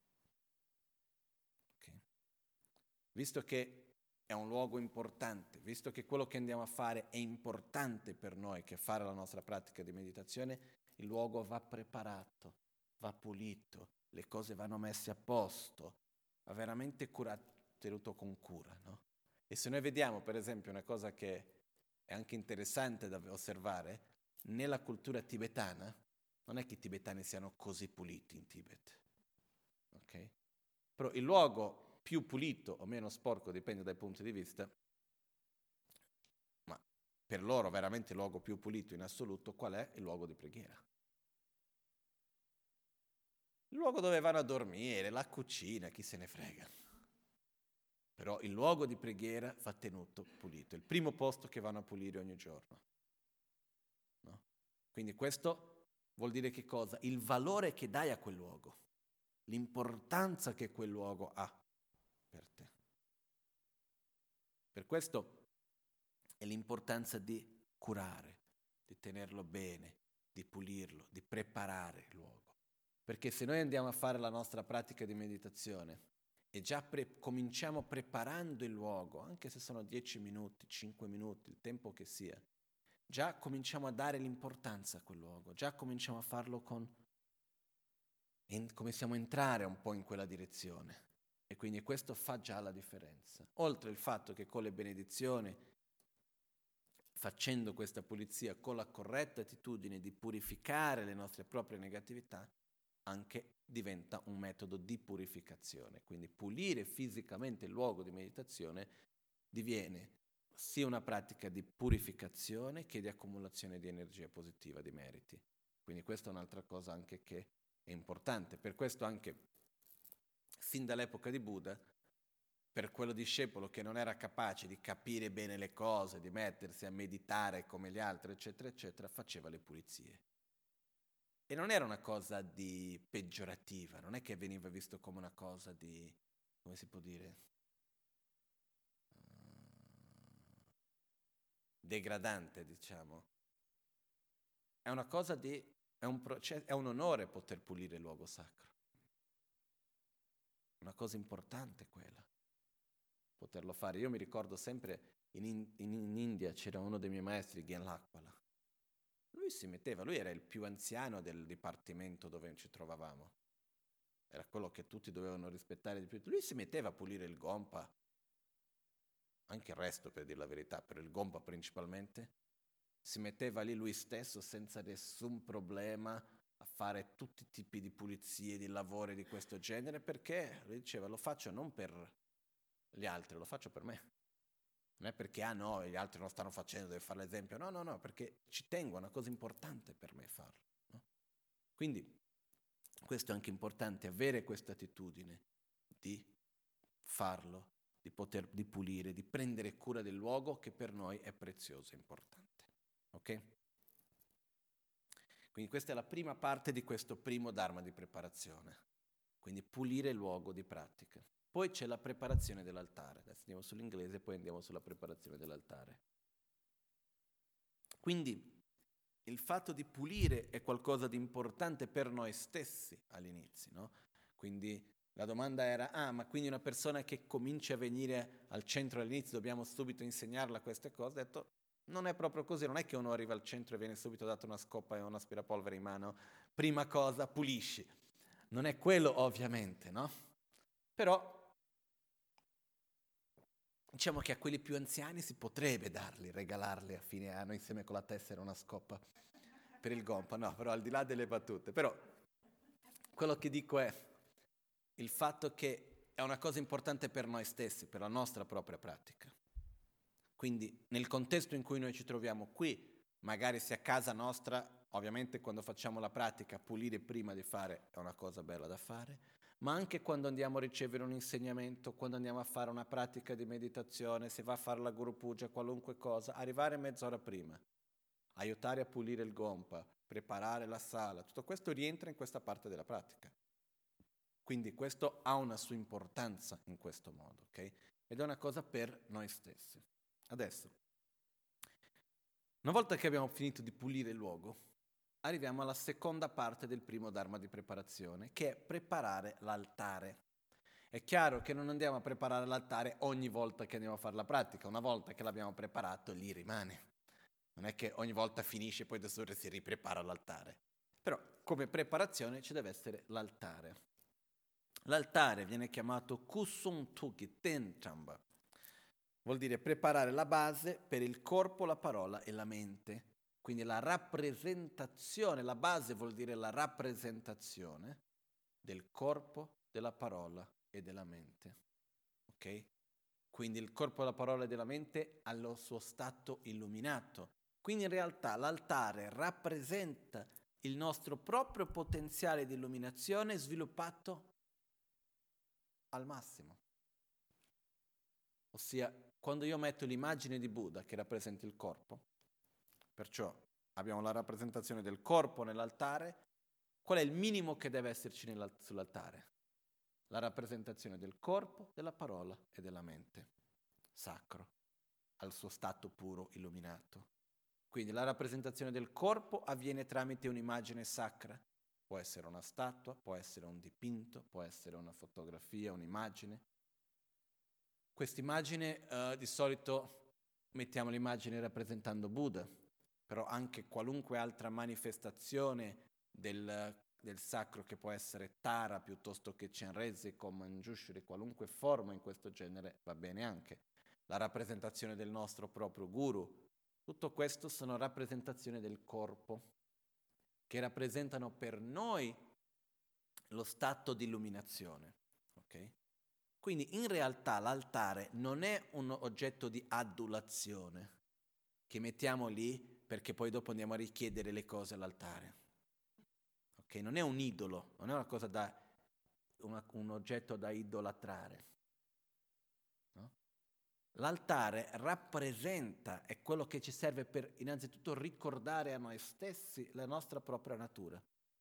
Okay. Visto che è un luogo importante, visto che quello che andiamo a fare è importante per noi, che fare la nostra pratica di meditazione, il luogo va preparato, va pulito, le cose vanno messe a posto, va veramente curato, tenuto con cura, no? E se noi vediamo, per esempio, una cosa che è anche interessante da osservare, nella cultura tibetana, non è che i tibetani siano così puliti in Tibet, ok? Però il luogo più pulito o meno sporco, dipende dai punti di vista, ma per loro veramente il luogo più pulito in assoluto, qual è? Il luogo di preghiera. Il luogo dove vanno a dormire, la cucina, chi se ne frega. Però il luogo di preghiera va tenuto pulito, è il primo posto che vanno a pulire ogni giorno. No? Quindi questo vuol dire che cosa? Il valore che dai a quel luogo, l'importanza che quel luogo ha per te. Per questo è l'importanza di curare, di tenerlo bene, di pulirlo, di preparare il luogo. Perché se noi andiamo a fare la nostra pratica di meditazione e già pre- cominciamo preparando il luogo, anche se sono dieci minuti, cinque minuti, il tempo che sia, già cominciamo a dare l'importanza a quel luogo, già cominciamo a farlo con... in, cominciamo a entrare un po' in quella direzione. E quindi questo fa già la differenza. Oltre il fatto che con le benedizioni, facendo questa pulizia con la corretta attitudine di purificare le nostre proprie negatività, anche diventa un metodo di purificazione. Quindi pulire fisicamente il luogo di meditazione diviene sia una pratica di purificazione che di accumulazione di energia positiva, di meriti. Quindi questa è un'altra cosa anche che è importante. Per questo anche sin dall'epoca di Buddha, per quello discepolo che non era capace di capire bene le cose, di mettersi a meditare come gli altri, eccetera, eccetera, faceva le pulizie. E non era una cosa di peggiorativa, non è che veniva visto come una cosa di, come si può dire, uh, degradante, diciamo. È una cosa di, è un, proce- è un onore poter pulire il luogo sacro. Una cosa importante quella, poterlo fare. Io mi ricordo sempre in, in, in India c'era uno dei miei maestri, Gyan Lakpala. Lui si metteva, lui era il più anziano del dipartimento dove ci trovavamo. Era quello che tutti dovevano rispettare di più. Lui si metteva a pulire il gompa, anche il resto per dire la verità, per il gompa principalmente. Si metteva lì lui stesso senza nessun problema a fare tutti i tipi di pulizie, di lavori di questo genere, perché lui diceva lo faccio non per gli altri, lo faccio per me. Non è perché, ah no, gli altri non stanno facendo, devo fare l'esempio. No, no, no, perché ci tengo, è una cosa importante per me farlo. No? Quindi questo è anche importante, avere questa attitudine di farlo, di poter, di pulire, di prendere cura del luogo che per noi è prezioso e importante. Ok? Quindi questa è la prima parte di questo primo dharma di preparazione. Quindi pulire il luogo di pratica. Poi c'è la preparazione dell'altare. Adesso andiamo sull'inglese, poi andiamo sulla preparazione dell'altare. Quindi il fatto di pulire è qualcosa di importante per noi stessi all'inizio, no? Quindi la domanda era, ah, ma quindi una persona che comincia a venire al centro all'inizio dobbiamo subito insegnarla queste cose? Ho detto, non è proprio così, non è che uno arriva al centro e viene subito dato una scoppa e un aspirapolvere in mano, prima cosa pulisci. Non è quello ovviamente, no? Però diciamo che a quelli più anziani si potrebbe darli, regalarli a fine anno insieme con la tessera una scoppa per il gompa, no, però al di là delle battute. Però quello che dico è il fatto che è una cosa importante per noi stessi, per la nostra propria pratica. Quindi nel contesto in cui noi ci troviamo qui, magari se a casa nostra, ovviamente quando facciamo la pratica, pulire prima di fare è una cosa bella da fare, ma anche quando andiamo a ricevere un insegnamento, quando andiamo a fare una pratica di meditazione, se va a fare la Guru Puja, qualunque cosa, arrivare mezz'ora prima, aiutare a pulire il gompa, preparare la sala, tutto questo rientra in questa parte della pratica. Quindi questo ha una sua importanza in questo modo, ok? Ed è una cosa per noi stessi. Adesso, una volta che abbiamo finito di pulire il luogo, arriviamo alla seconda parte del primo dharma di preparazione, che è preparare l'altare. È chiaro che non andiamo a preparare l'altare ogni volta che andiamo a fare la pratica, una volta che l'abbiamo preparato lì rimane. Non è che ogni volta finisce e poi da solo si riprepara l'altare. Però come preparazione ci deve essere l'altare. L'altare viene chiamato Kusum Tuki Tenchamba. Vuol dire preparare la base per il corpo, la parola e la mente. Quindi la rappresentazione, la base vuol dire la rappresentazione del corpo, della parola e della mente. Ok? Quindi il corpo, la parola e della mente ha lo suo stato illuminato. Quindi in realtà l'altare rappresenta il nostro proprio potenziale di illuminazione sviluppato al massimo. Ossia, quando io metto l'immagine di Buddha che rappresenta il corpo, perciò abbiamo la rappresentazione del corpo nell'altare, qual è il minimo che deve esserci sull'altare? La rappresentazione del corpo, della parola e della mente, sacro, al suo stato puro illuminato. Quindi la rappresentazione del corpo avviene tramite un'immagine sacra. Può essere una statua, può essere un dipinto, può essere una fotografia, un'immagine. Quest'immagine eh, di solito mettiamo l'immagine rappresentando Buddha, però anche qualunque altra manifestazione del, del sacro che può essere Tara piuttosto che Chenrezig o Manjushri, qualunque forma in questo genere va bene anche. La rappresentazione del nostro proprio guru, tutto questo sono rappresentazioni del corpo che rappresentano per noi lo stato di illuminazione. Okay? Quindi in realtà l'altare non è un oggetto di adulazione che mettiamo lì perché poi dopo andiamo a richiedere le cose all'altare. Okay? Non è un idolo, non è una cosa da una, un oggetto da idolatrare. No? L'altare rappresenta, è quello che ci serve per innanzitutto ricordare a noi stessi la nostra propria natura.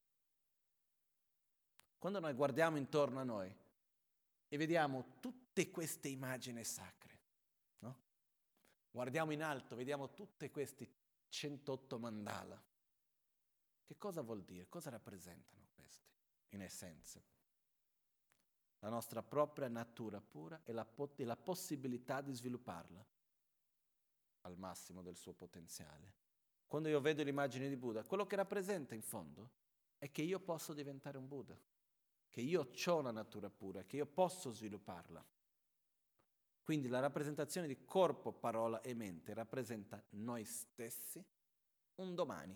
Quando noi guardiamo intorno a noi e vediamo tutte queste immagini sacre, no? Guardiamo in alto, vediamo tutti questi centotto mandala. Che cosa vuol dire? Cosa rappresentano questi, in essenza? La nostra propria natura pura e la, pot- e la possibilità di svilupparla al massimo del suo potenziale. Quando io vedo l'immagine di Buddha, quello che rappresenta in fondo è che io posso diventare un Buddha, che io ho una natura pura, che io posso svilupparla. Quindi la rappresentazione di corpo, parola e mente rappresenta noi stessi un domani.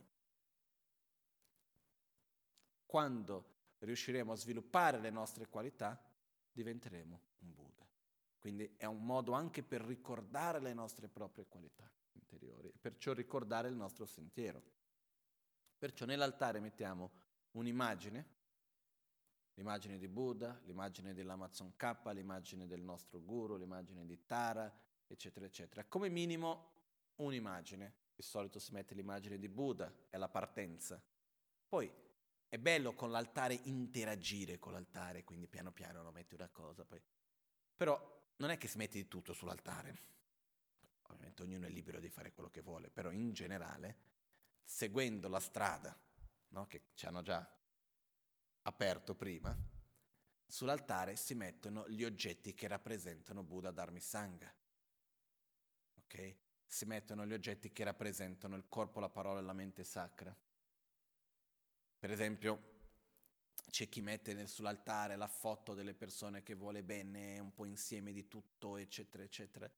Quando riusciremo a sviluppare le nostre qualità, diventeremo un Buddha. Quindi è un modo anche per ricordare le nostre proprie qualità interiori, perciò ricordare il nostro sentiero. Perciò nell'altare mettiamo un'immagine, l'immagine di Buddha, l'immagine dell'Amazon K, l'immagine del nostro guru, l'immagine di Tara, eccetera, eccetera. Come minimo un'immagine. Di solito si mette l'immagine di Buddha, è la partenza. Poi è bello con l'altare interagire con l'altare, quindi piano piano lo metti una cosa, poi. Però non è che si mette di tutto sull'altare. Ovviamente ognuno è libero di fare quello che vuole, però in generale, seguendo la strada, no, che ci hanno già aperto prima, sull'altare si mettono gli oggetti che rappresentano Buddha, Dharma e Sangha. Ok? Si mettono gli oggetti che rappresentano il corpo, la parola e la mente sacra. Per esempio, c'è chi mette sull'altare la foto delle persone che vuole bene, un po' insieme di tutto, eccetera, eccetera.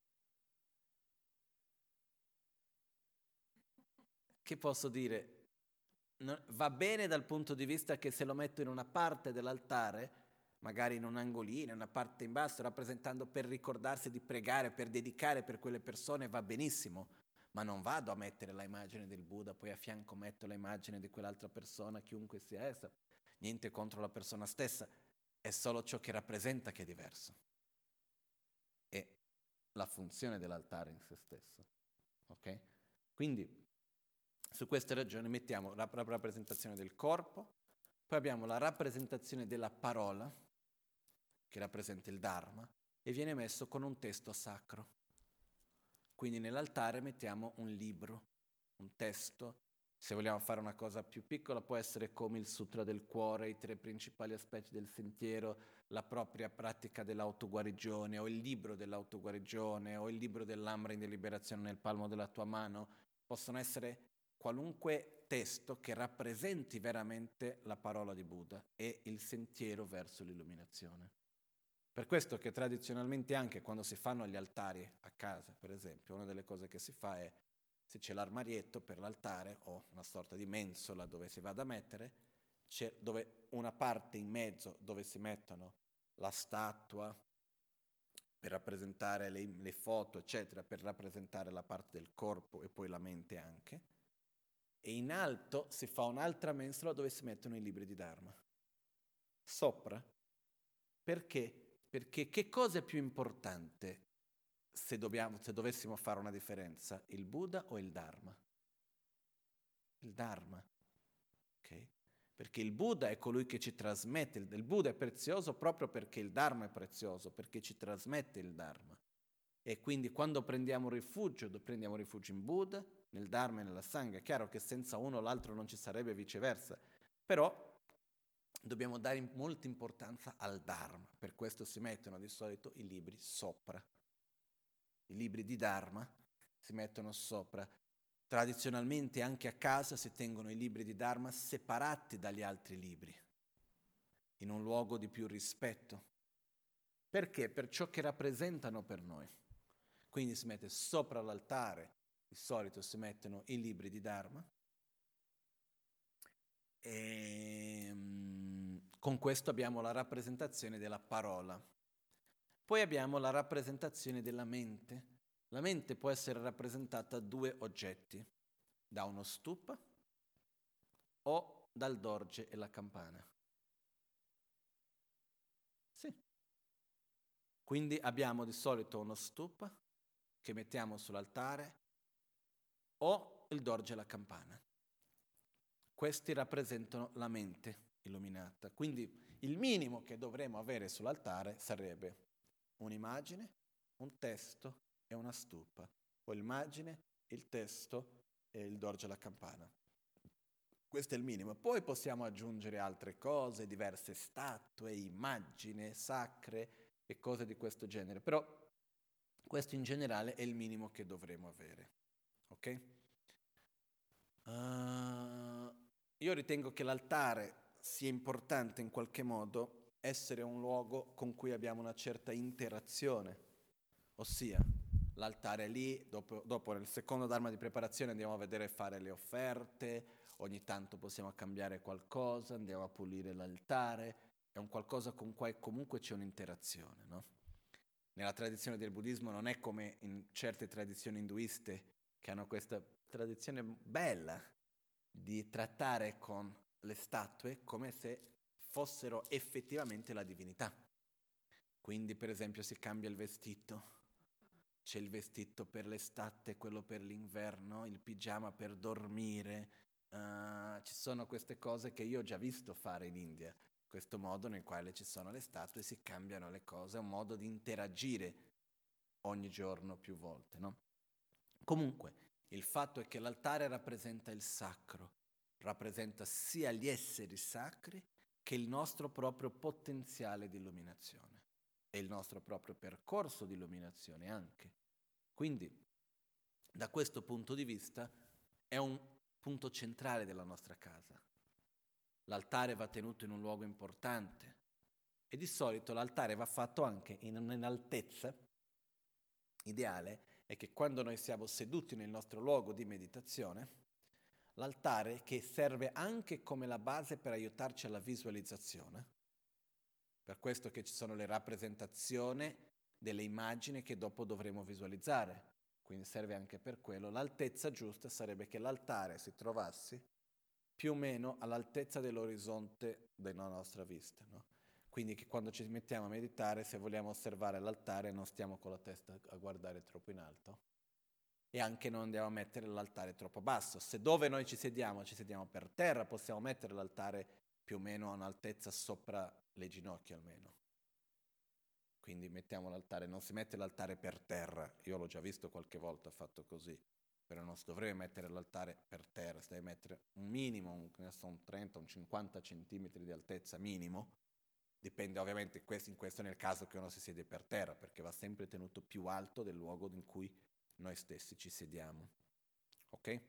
Che posso dire? No, va bene dal punto di vista che se lo metto in una parte dell'altare, magari in un angolino, in una parte in basso, rappresentando per ricordarsi di pregare, per dedicare per quelle persone, va benissimo, ma non vado a mettere l'immagine del Buddha, poi a fianco metto l'immagine di quell'altra persona, chiunque sia essa, niente contro la persona stessa, è solo ciò che rappresenta che è diverso. È la funzione dell'altare in se stesso. Ok? Quindi su queste ragioni mettiamo la, la rappresentazione del corpo, poi abbiamo la rappresentazione della parola, che rappresenta il Dharma, e viene messo con un testo sacro. Quindi nell'altare mettiamo un libro, un testo. Se vogliamo fare una cosa più piccola può essere come il Sutra del Cuore, i tre principali aspetti del sentiero, la propria pratica dell'autoguarigione, o il libro dell'autoguarigione, o il libro dell'Amra in deliberazione nel palmo della tua mano. Possono essere qualunque testo che rappresenti veramente la parola di Buddha e il sentiero verso l'illuminazione. Per questo che tradizionalmente anche quando si fanno gli altari a casa, per esempio, una delle cose che si fa è, se c'è l'armadietto per l'altare o una sorta di mensola dove si va da mettere, c'è dove una parte in mezzo dove si mettono la statua per rappresentare le, le foto, eccetera, per rappresentare la parte del corpo e poi la mente anche, e in alto si fa un'altra mensola dove si mettono i libri di Dharma. Sopra. Perché? Perché che cosa è più importante se, dobbiamo, se dovessimo fare una differenza? Il Buddha o il Dharma? Il Dharma, ok? Perché il Buddha è colui che ci trasmette, il Buddha è prezioso proprio perché il Dharma è prezioso, perché ci trasmette il Dharma. E quindi quando prendiamo rifugio, prendiamo rifugio in Buddha, nel Dharma e nella Sangha. È chiaro che senza uno l'altro non ci sarebbe, viceversa. Però dobbiamo dare molta importanza al Dharma, per questo si mettono di solito i libri sopra. I libri di Dharma si mettono sopra. Tradizionalmente anche a casa si tengono i libri di Dharma separati dagli altri libri, in un luogo di più rispetto. Perché? Per ciò che rappresentano per noi. Quindi si mette sopra l'altare, di solito si mettono i libri di Dharma, e con questo abbiamo la rappresentazione della parola. Poi abbiamo la rappresentazione della mente. La mente può essere rappresentata da due oggetti, da uno stupa o dal dorje e la campana. Sì. Quindi abbiamo di solito uno stupa che mettiamo sull'altare o il dorje e la campana. Questi rappresentano la mente illuminata. Quindi il minimo che dovremmo avere sull'altare sarebbe un'immagine, un testo e una stupa. O l'immagine, il testo e il dorje e la campana. Questo è il minimo. Poi possiamo aggiungere altre cose, diverse statue, immagini sacre e cose di questo genere. Però questo in generale è il minimo che dovremo avere. Ok? Uh, io ritengo che l'altare sia importante in qualche modo essere un luogo con cui abbiamo una certa interazione, ossia l'altare è lì, dopo, dopo nel secondo dharma di preparazione andiamo a vedere fare le offerte, ogni tanto possiamo cambiare qualcosa, andiamo a pulire l'altare, è un qualcosa con cui comunque c'è un'interazione, no? nella tradizione del buddismo non è come in certe tradizioni induiste che hanno questa tradizione bella di trattare con le statue come se fossero effettivamente la divinità. Quindi per esempio si cambia il vestito, c'è il vestito per l'estate, quello per l'inverno, il pigiama per dormire, uh, ci sono queste cose che io ho già visto fare in India, questo modo nel quale ci sono le statue, si cambiano le cose, è un modo di interagire ogni giorno più volte, no? Comunque, il fatto è che l'altare rappresenta il sacro, rappresenta sia gli esseri sacri che il nostro proprio potenziale di illuminazione e il nostro proprio percorso di illuminazione anche. Quindi, da questo punto di vista, è un punto centrale della nostra casa. L'altare va tenuto in un luogo importante e di solito l'altare va fatto anche in un'altezza ideale, è che quando noi siamo seduti nel nostro luogo di meditazione, l'altare, che serve anche come la base per aiutarci alla visualizzazione, per questo che ci sono le rappresentazioni delle immagini che dopo dovremo visualizzare, quindi serve anche per quello, l'altezza giusta sarebbe che l'altare si trovasse più o meno all'altezza dell'orizzonte della nostra vista, no? Quindi che quando ci mettiamo a meditare, se vogliamo osservare l'altare, non stiamo con la testa a guardare troppo in alto e anche non andiamo a mettere l'altare troppo basso. Se dove noi ci sediamo, ci sediamo per terra, possiamo mettere l'altare più o meno a un'altezza sopra le ginocchia almeno. Quindi mettiamo l'altare, non si mette l'altare per terra, io l'ho già visto qualche volta fatto così, però non si dovrebbe mettere l'altare per terra, si deve mettere un minimo, un, un trenta, un cinquanta centimetri di altezza minimo, dipende ovviamente questo, in questo nel caso che uno si siede per terra, perché va sempre tenuto più alto del luogo in cui noi stessi ci sediamo. Ok?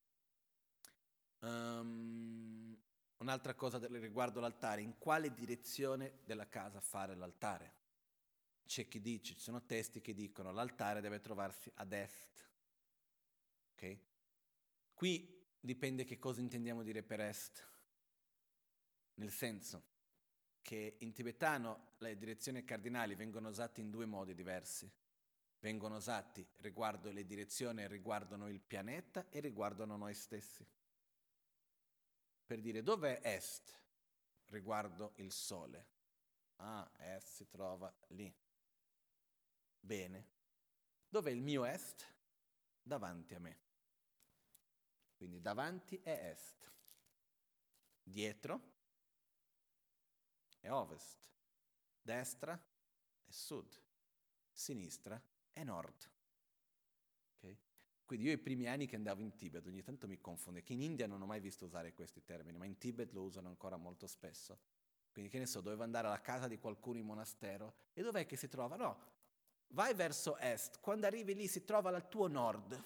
Um, un'altra cosa riguardo l'altare, in quale direzione della casa fare l'altare? C'è chi dice, ci sono testi che dicono l'altare deve trovarsi ad est. Ok? Qui dipende che cosa intendiamo dire per est. Nel senso che in tibetano le direzioni cardinali vengono usate in due modi diversi. Vengono usati riguardo le direzioni, riguardano il pianeta e riguardano noi stessi. Per dire dov'è est riguardo il sole. Ah, est si trova lì. Bene. Dov'è il mio est? Davanti a me. Quindi davanti è est. Dietro è ovest. Destra è sud. Sinistra è nord. Okay? Quindi io i primi anni che andavo in Tibet ogni tanto mi confondo, che in India non ho mai visto usare questi termini, ma in Tibet lo usano ancora molto spesso. Quindi che ne so, dovevo andare alla casa di qualcuno in monastero e dov'è che si trova? No, vai verso est, quando arrivi lì si trova al tuo nord.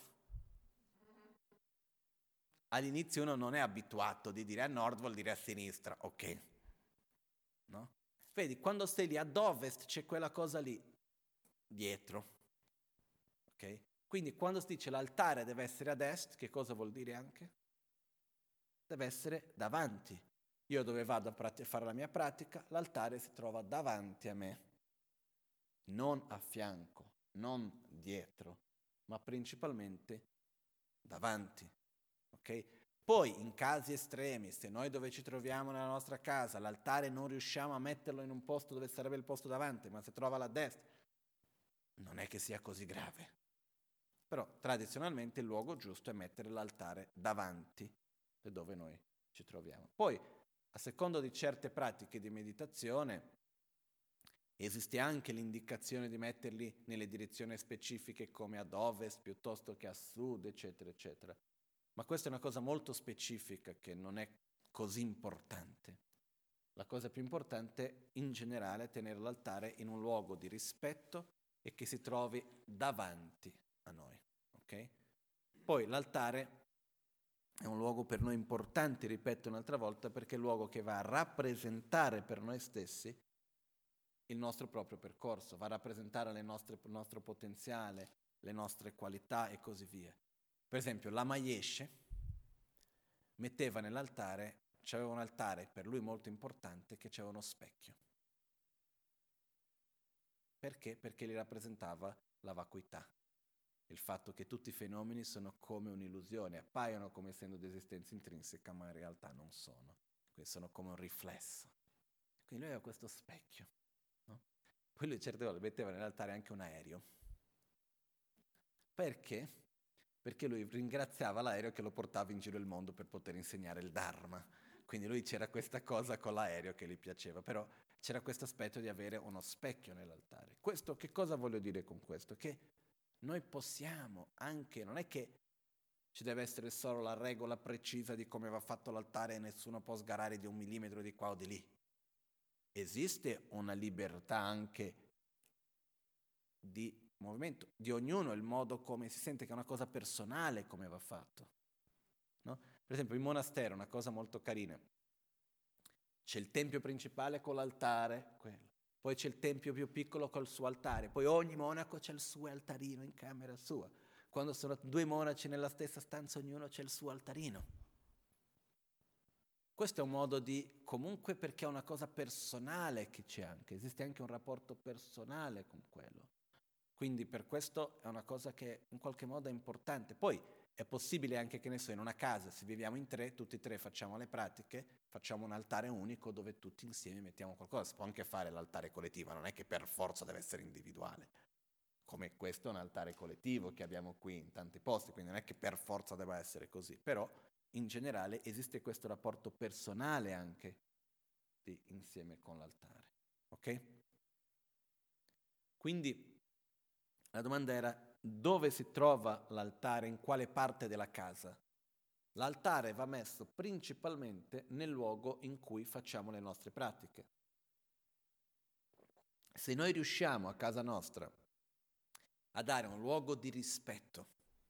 All'inizio uno non è abituato di dire a nord vuol dire a sinistra, ok? No? Vedi, quando stai lì ad ovest c'è quella cosa lì dietro, ok? Quindi quando si dice l'altare deve essere ad est, che cosa vuol dire anche? Deve essere davanti. Io dove vado a prat- fare la mia pratica, l'altare si trova davanti a me, non a fianco, non dietro, ma principalmente davanti. Ok? Poi in casi estremi, se noi dove ci troviamo nella nostra casa, l'altare non riusciamo a metterlo in un posto dove sarebbe il posto davanti, ma si trova là a destra, non è che sia così grave. Però tradizionalmente il luogo giusto è mettere l'altare davanti da dove noi ci troviamo. Poi, a seconda di certe pratiche di meditazione, esiste anche l'indicazione di metterli nelle direzioni specifiche come ad ovest piuttosto che a sud, eccetera, eccetera. Ma questa è una cosa molto specifica che non è così importante. La cosa più importante in generale è tenere l'altare in un luogo di rispetto e che si trovi davanti a noi. Okay? Poi l'altare è un luogo per noi importante, ripeto un'altra volta, perché è il luogo che va a rappresentare per noi stessi il nostro proprio percorso, va a rappresentare le nostre, il nostro potenziale, le nostre qualità e così via. Per esempio, Lama Yeshe metteva nell'altare, c'aveva un altare per lui molto importante che c'era uno specchio. Perché? Perché li rappresentava la vacuità. Il fatto che tutti i fenomeni sono come un'illusione, appaiono come essendo di esistenza intrinseca, ma in realtà non sono. Quindi sono come un riflesso. Quindi lui aveva questo specchio, no? Poi lui certe volte metteva nell'altare anche un aereo. Perché? Perché lui ringraziava l'aereo che lo portava in giro il mondo per poter insegnare il Dharma. Quindi lui c'era questa cosa con l'aereo che gli piaceva, però c'era questo aspetto di avere uno specchio nell'altare. Questo, che cosa voglio dire con questo? Che noi possiamo anche, non è che ci deve essere solo la regola precisa di come va fatto l'altare e nessuno può sgarare di un millimetro di qua o di lì. Esiste una libertà anche di movimento di ognuno, il modo come si sente, che è una cosa personale come va fatto, no? Per esempio il monastero, una cosa molto carina, c'è il tempio principale con l'altare, quello. Poi c'è il tempio più piccolo col suo altare, poi ogni monaco c'è il suo altarino in camera sua. Quando sono due monaci nella stessa stanza, ognuno c'è il suo altarino. Questo è un modo di, comunque perché è una cosa personale che c'è anche, esiste anche un rapporto personale con quello. Quindi per questo è una cosa che in qualche modo è importante. Poi è possibile anche, che ne so, in una casa, se viviamo in tre, tutti e tre facciamo le pratiche, facciamo un altare unico dove tutti insieme mettiamo qualcosa. Si può anche fare l'altare collettivo, non è che per forza deve essere individuale. Come questo è un altare collettivo che abbiamo qui in tanti posti, quindi non è che per forza debba essere così. Però in generale esiste questo rapporto personale anche di, insieme con l'altare. Ok? Quindi la domanda era: dove si trova l'altare, in quale parte della casa? L'altare va messo principalmente nel luogo in cui facciamo le nostre pratiche. Se noi riusciamo a casa nostra a dare un luogo di rispetto,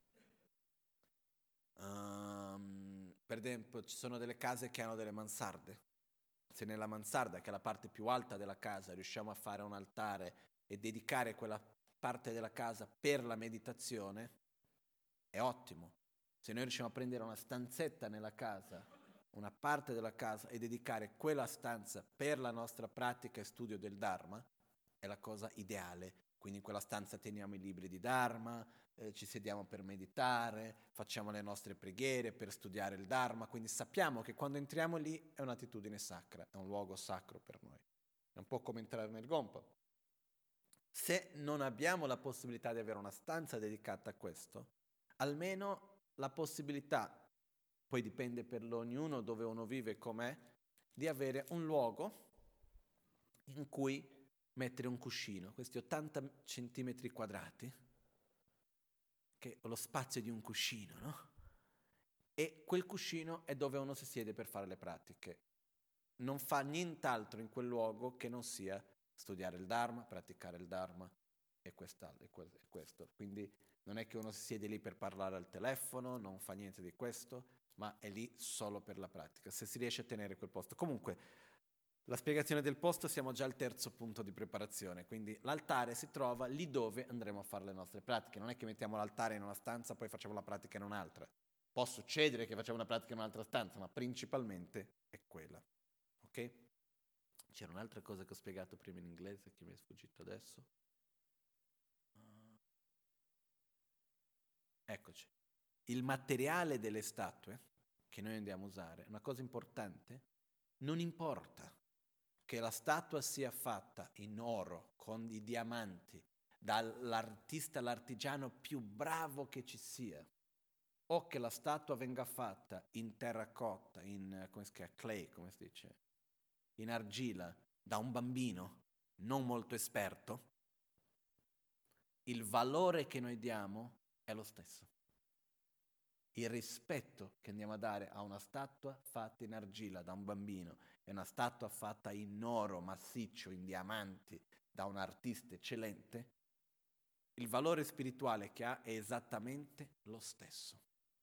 um, per esempio ci sono delle case che hanno delle mansarde, se nella mansarda, che è la parte più alta della casa, riusciamo a fare un altare e dedicare quella parte della casa per la meditazione, è ottimo. Se noi riusciamo a prendere una stanzetta nella casa, una parte della casa, e dedicare quella stanza per la nostra pratica e studio del Dharma, è la cosa ideale. Quindi in quella stanza teniamo i libri di Dharma, eh, ci sediamo per meditare, facciamo le nostre preghiere per studiare il Dharma, quindi sappiamo che quando entriamo lì è un'attitudine sacra, è un luogo sacro per noi. È un po' come entrare nel Gompa. Se non abbiamo la possibilità di avere una stanza dedicata a questo, almeno la possibilità, poi dipende per ognuno dove uno vive e com'è, di avere un luogo in cui mettere un cuscino, questi ottanta centimetri quadrati, che è lo spazio di un cuscino, no? E quel cuscino è dove uno si siede per fare le pratiche. Non fa nient'altro in quel luogo che non sia studiare il Dharma, praticare il Dharma e questo. Quindi non è che uno si siede lì per parlare al telefono, non fa niente di questo, ma è lì solo per la pratica, se si riesce a tenere quel posto. Comunque, la spiegazione del posto, siamo già al terzo punto di preparazione, quindi l'altare si trova lì dove andremo a fare le nostre pratiche. Non è che mettiamo l'altare in una stanza, poi facciamo la pratica in un'altra. Può succedere che facciamo una pratica in un'altra stanza, ma principalmente è quella. Ok? C'era un'altra cosa che ho spiegato prima in inglese che mi è sfuggito adesso. Uh, eccoci. Il materiale delle statue che noi andiamo a usare, una cosa importante, non importa che la statua sia fatta in oro, con i diamanti, dall'artista, l'artigiano più bravo che ci sia, o che la statua venga fatta in terracotta, in, come si chiama, clay, come si dice, in argilla, da un bambino non molto esperto, il valore che noi diamo è lo stesso. Il rispetto che andiamo a dare a una statua fatta in argilla da un bambino e una statua fatta in oro massiccio, in diamanti, da un artista eccellente, il valore spirituale che ha è esattamente lo stesso.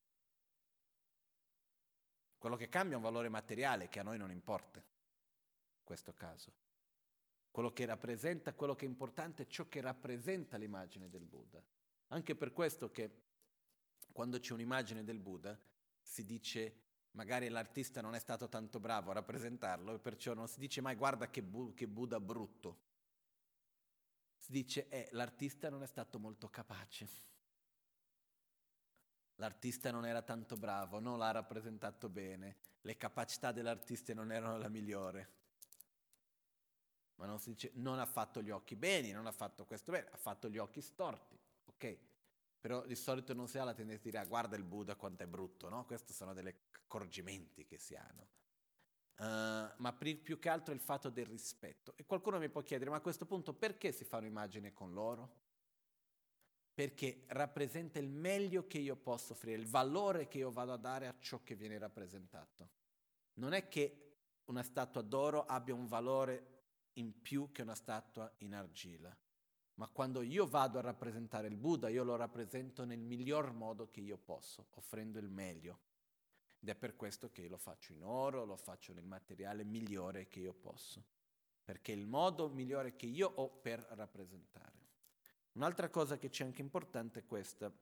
Quello che cambia è un valore materiale che a noi non importa, in questo caso. Quello che rappresenta, quello che è importante è ciò che rappresenta l'immagine del Buddha. Anche per questo che quando c'è un'immagine del Buddha si dice magari l'artista non è stato tanto bravo a rappresentarlo e perciò non si dice mai guarda che, bu- che Buddha brutto. si dice eh, l'artista non è stato molto capace, l'artista non era tanto bravo, non l'ha rappresentato bene, le capacità dell'artista non erano la migliore. Ma non si dice non ha fatto gli occhi bene, non ha fatto questo bene, ha fatto gli occhi storti, ok? Però di solito non si ha la tendenza di dire ah, guarda il Buddha quanto è brutto, no? Questi sono degli accorgimenti che si hanno. Uh, ma più che altro il fatto del rispetto. E qualcuno mi può chiedere, ma a questo punto perché si fa un'immagine con l'oro? Perché rappresenta il meglio che io posso offrire, il valore che io vado a dare a ciò che viene rappresentato. Non è che una statua d'oro abbia un valore in più che una statua in argilla, ma quando io vado a rappresentare il Buddha, io lo rappresento nel miglior modo che io posso, offrendo il meglio. Ed è per questo che lo faccio in oro, lo faccio nel materiale migliore che io posso, perché è il modo migliore che io ho per rappresentare. Un'altra cosa che c'è anche importante è questa.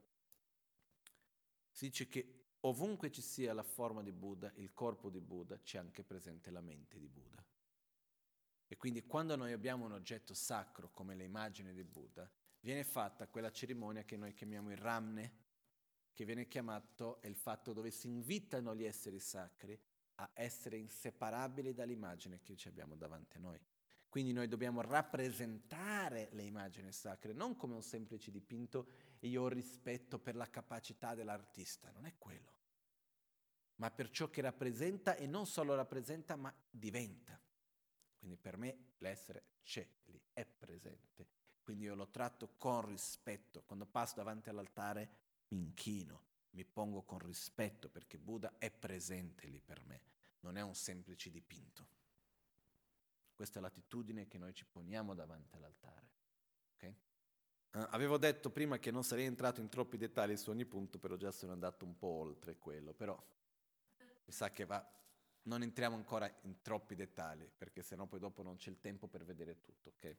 Si dice che ovunque ci sia la forma di Buddha, il corpo di Buddha, c'è anche presente la mente di Buddha. E quindi quando noi abbiamo un oggetto sacro come l'immagine di Buddha, viene fatta quella cerimonia che noi chiamiamo il Ramne, che viene chiamato è il fatto dove si invitano gli esseri sacri a essere inseparabili dall'immagine che ci abbiamo davanti a noi. Quindi noi dobbiamo rappresentare le immagini sacre, non come un semplice dipinto e io ho rispetto per la capacità dell'artista, non è quello, ma per ciò che rappresenta e non solo rappresenta ma diventa. Quindi per me l'essere c'è lì, è presente. Quindi io lo tratto con rispetto. Quando passo davanti all'altare mi inchino, mi pongo con rispetto perché Buddha è presente lì per me, non è un semplice dipinto. Questa è l'attitudine che noi ci poniamo davanti all'altare. Okay? Uh, avevo detto prima che non sarei entrato in troppi dettagli su ogni punto, però già sono andato un po' oltre quello, però mi sa che va... Non entriamo ancora in troppi dettagli, perché sennò poi dopo non c'è il tempo per vedere tutto, ok?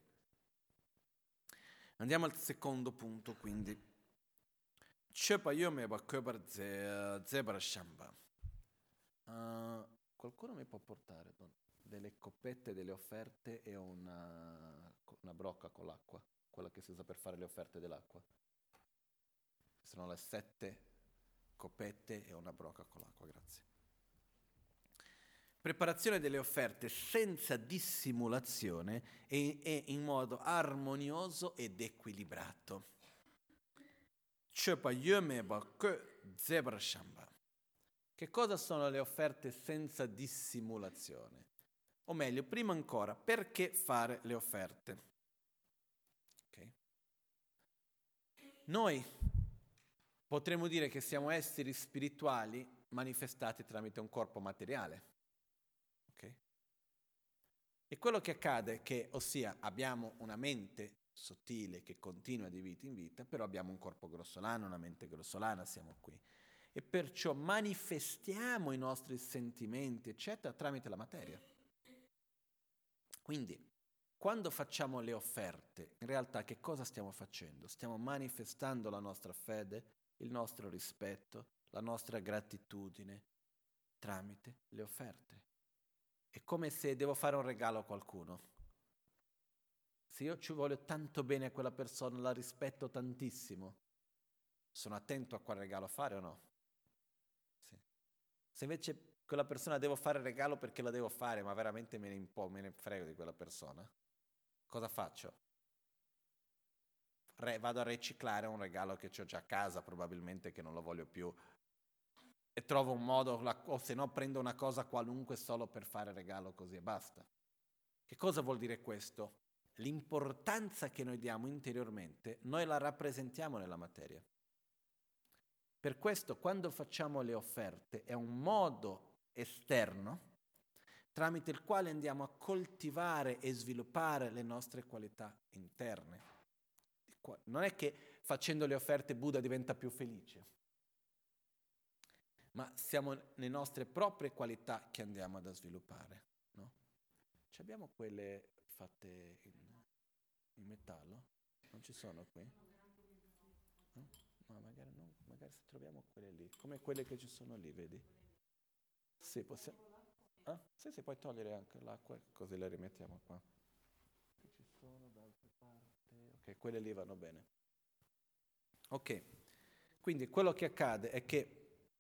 Andiamo al secondo punto, quindi. Uh, qualcuno mi può portare delle coppette, delle offerte e una, una brocca con l'acqua, quella che si usa per fare le offerte dell'acqua? Sono le sette coppette e una brocca con l'acqua, grazie. Preparazione delle offerte senza dissimulazione e, e in modo armonioso ed equilibrato. Che cosa sono le offerte senza dissimulazione? O meglio, prima ancora, perché fare le offerte? Okay. Noi potremmo dire che siamo esseri spirituali manifestati tramite un corpo materiale. Okay. E quello che accade è che, ossia, abbiamo una mente sottile che continua di vita in vita, però abbiamo un corpo grossolano, una mente grossolana, siamo qui. E perciò manifestiamo i nostri sentimenti, eccetera, tramite la materia. Quindi, quando facciamo le offerte, in realtà che cosa stiamo facendo? Stiamo manifestando la nostra fede, il nostro rispetto, la nostra gratitudine tramite le offerte. È come se devo fare un regalo a qualcuno. Se io ci voglio tanto bene a quella persona, la rispetto tantissimo, sono attento a qual regalo fare o no? Sì. Se invece quella persona devo fare il regalo perché la devo fare, ma veramente me ne impo, me ne frego di quella persona, cosa faccio? Re, vado a riciclare un regalo che ho già a casa, probabilmente che non lo voglio più, e trovo un modo, o se no prendo una cosa qualunque solo per fare regalo così e basta. Che cosa vuol dire questo? L'importanza che noi diamo interiormente, noi la rappresentiamo nella materia. Per questo quando facciamo le offerte è un modo esterno tramite il quale andiamo a coltivare e sviluppare le nostre qualità interne. Non è che facendo le offerte Buddha diventa più felice, ma siamo le nostre proprie qualità che andiamo ad sviluppare, no? Ci abbiamo quelle fatte in, in metallo? Non ci sono qui? No? No, magari no, magari se troviamo quelle lì, come quelle che ci sono lì, vedi? Sì, possiamo... Ah? Sì, sì, puoi togliere anche l'acqua, così le rimettiamo qua. sono da altre parti. Ok, quelle lì vanno bene. Ok, quindi quello che accade è che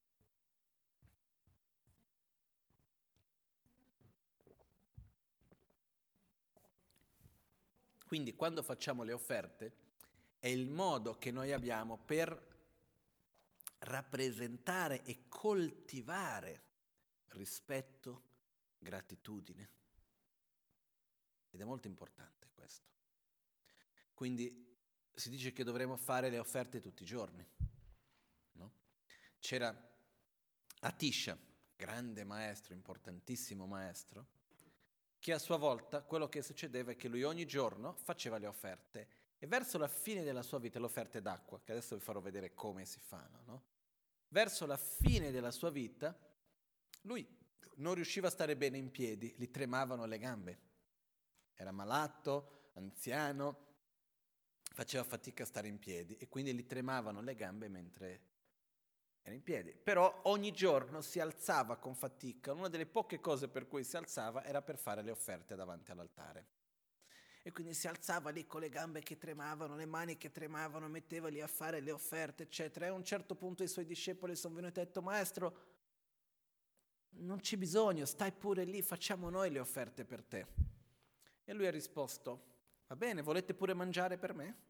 quindi quando facciamo le offerte è il modo che noi abbiamo per rappresentare e coltivare rispetto, gratitudine. Ed è molto importante questo. Quindi si dice che dovremmo fare le offerte tutti i giorni, no? C'era Atisha, grande maestro, importantissimo maestro, che a sua volta quello che succedeva è che lui ogni giorno faceva le offerte e verso la fine della sua vita, le offerte d'acqua, che adesso vi farò vedere come si fanno, no? Verso la fine della sua vita lui non riusciva a stare bene in piedi, gli tremavano le gambe, era malato, anziano, faceva fatica a stare in piedi e quindi gli tremavano le gambe mentre era in piedi. Però ogni giorno si alzava con fatica, una delle poche cose per cui si alzava era per fare le offerte davanti all'altare. E quindi si alzava lì con le gambe che tremavano, le mani che tremavano, metteva lì a fare le offerte, eccetera. E a un certo punto i suoi discepoli sono venuti e hanno detto: maestro, non c'è bisogno, stai pure lì, facciamo noi le offerte per te. E lui ha risposto: va bene, volete pure mangiare per me?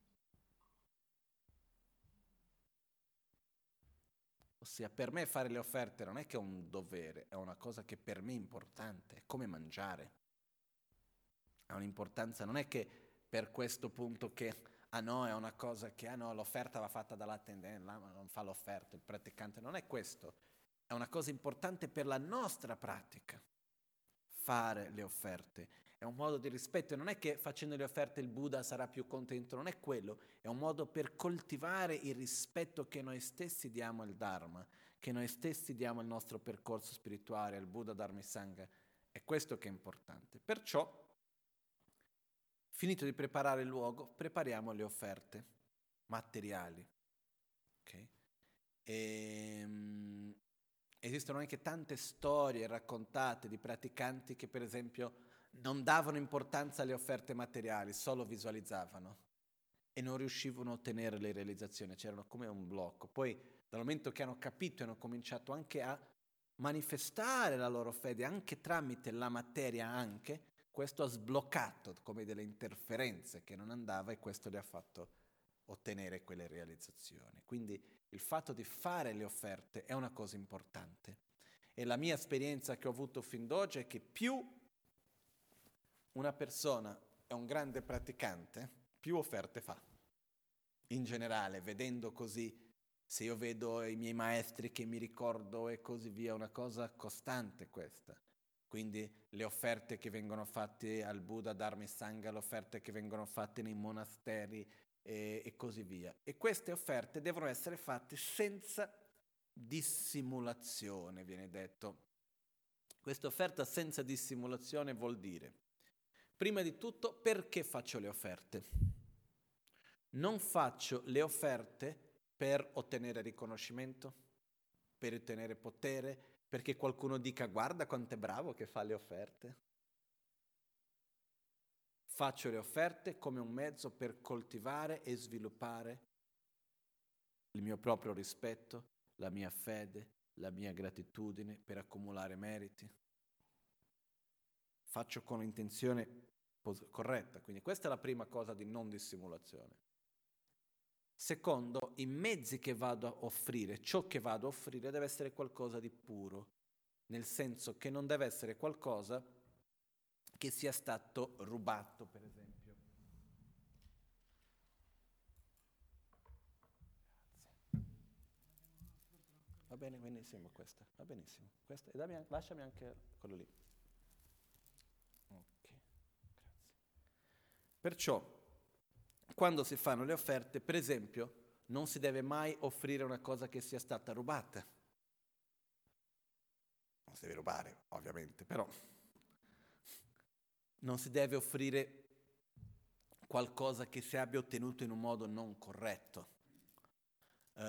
Ossia, per me fare le offerte non è che è un dovere, è una cosa che per me è importante, è come mangiare. Ha un'importanza, non è che per questo punto che, ah no, è una cosa che, ah no, l'offerta va fatta dall'attendente, ma non fa l'offerta, il praticante, non è questo. È una cosa importante per la nostra pratica, fare le offerte. È un modo di rispetto, e non è che facendo le offerte il Buddha sarà più contento, non è quello, è un modo per coltivare il rispetto che noi stessi diamo al Dharma, che noi stessi diamo al nostro percorso spirituale, al Buddha Dharma e Sangha. È questo che è importante. Perciò, finito di preparare il luogo, prepariamo le offerte materiali. Okay? E, um, esistono anche tante storie raccontate di praticanti che, per esempio, non davano importanza alle offerte materiali, solo visualizzavano e non riuscivano a ottenere le realizzazioni, c'erano come un blocco. Poi, dal momento che hanno capito e hanno cominciato anche a manifestare la loro fede, anche tramite la materia anche, questo ha sbloccato come delle interferenze che non andava e questo li ha fatto ottenere quelle realizzazioni. Quindi il fatto di fare le offerte è una cosa importante. E la mia esperienza che ho avuto fin d'oggi è che più una persona è un grande praticante, più offerte fa. In generale, vedendo così, se io vedo i miei maestri che mi ricordo e così via, è una cosa costante questa. Quindi le offerte che vengono fatte al Buddha, Dharma e Sangha, le offerte che vengono fatte nei monasteri e, e così via. E queste offerte devono essere fatte senza dissimulazione, viene detto. Questa offerta senza dissimulazione vuol dire, prima di tutto, perché faccio le offerte? Non faccio le offerte per ottenere riconoscimento, per ottenere potere, perché qualcuno dica guarda quanto è bravo che fa le offerte. Faccio le offerte come un mezzo per coltivare e sviluppare il mio proprio rispetto, la mia fede, la mia gratitudine, per accumulare meriti. Faccio con l'intenzione pos- corretta, quindi questa è la prima cosa di non dissimulazione. Secondo, i mezzi che vado a offrire, ciò che vado a offrire deve essere qualcosa di puro, nel senso che non deve essere qualcosa che sia stato rubato, per esempio. Grazie. Va bene, benissimo questa, va benissimo. Questa, e dammi, lasciami anche quello lì. Ok, grazie. Perciò, quando si fanno le offerte, per esempio, non si deve mai offrire una cosa che sia stata rubata. Non si deve rubare, ovviamente, però non si deve offrire qualcosa che si abbia ottenuto in un modo non corretto. Uh,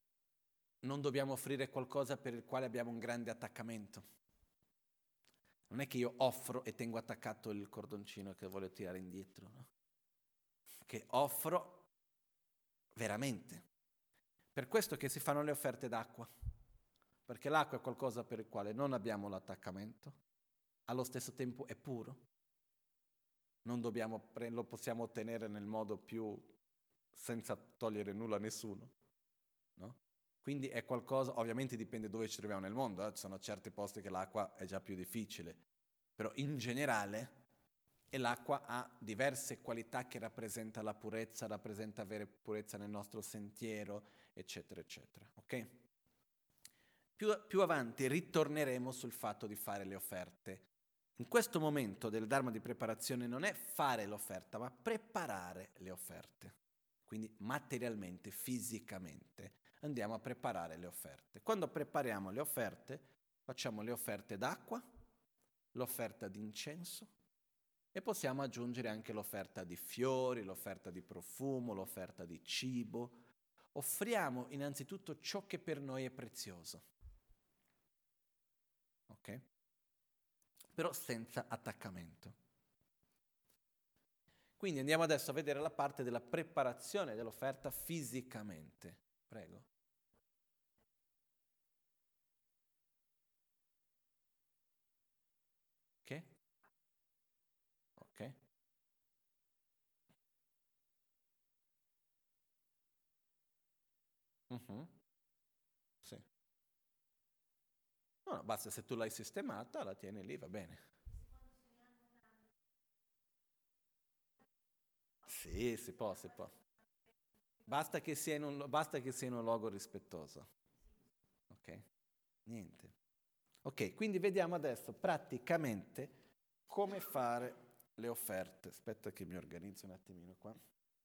non dobbiamo offrire qualcosa per il quale abbiamo un grande attaccamento. Non è che io offro e tengo attaccato il cordoncino che voglio tirare indietro, no? Che offro veramente. Per questo che si fanno le offerte d'acqua, perché l'acqua è qualcosa per il quale non abbiamo l'attaccamento, allo stesso tempo è puro, non dobbiamo pre- lo possiamo ottenere nel modo più senza togliere nulla a nessuno, no? Quindi è qualcosa, ovviamente dipende dove ci troviamo nel mondo, eh? Ci sono certi posti che l'acqua è già più difficile, però in generale e l'acqua ha diverse qualità che rappresenta la purezza, rappresenta avere purezza nel nostro sentiero, eccetera, eccetera. Ok? Più, più avanti ritorneremo sul fatto di fare le offerte. In questo momento del Dharma di preparazione non è fare l'offerta, ma preparare le offerte. Quindi materialmente, fisicamente, andiamo a preparare le offerte. Quando prepariamo le offerte, facciamo le offerte d'acqua, l'offerta di incenso, e possiamo aggiungere anche l'offerta di fiori, l'offerta di profumo, l'offerta di cibo. Offriamo innanzitutto ciò che per noi è prezioso. Ok? Però senza attaccamento. Quindi andiamo adesso a vedere la parte della preparazione dell'offerta fisicamente. Prego. Ok? Ok? Uh-huh. Sì. No, no, basta, se tu l'hai sistemata, la tieni lì, va bene. Sì, si può, si può. Basta che sia in un, basta che sia in un luogo rispettoso. Ok? Niente. Ok, quindi vediamo adesso praticamente come fare le offerte. Aspetta che mi organizzo un attimino qua.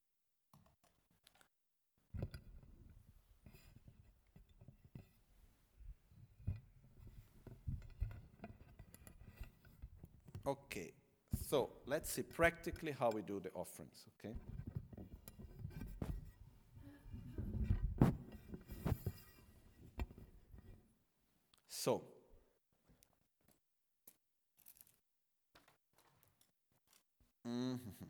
Okay, so let's see practically how we do the offerings, okay? So, mm-hmm.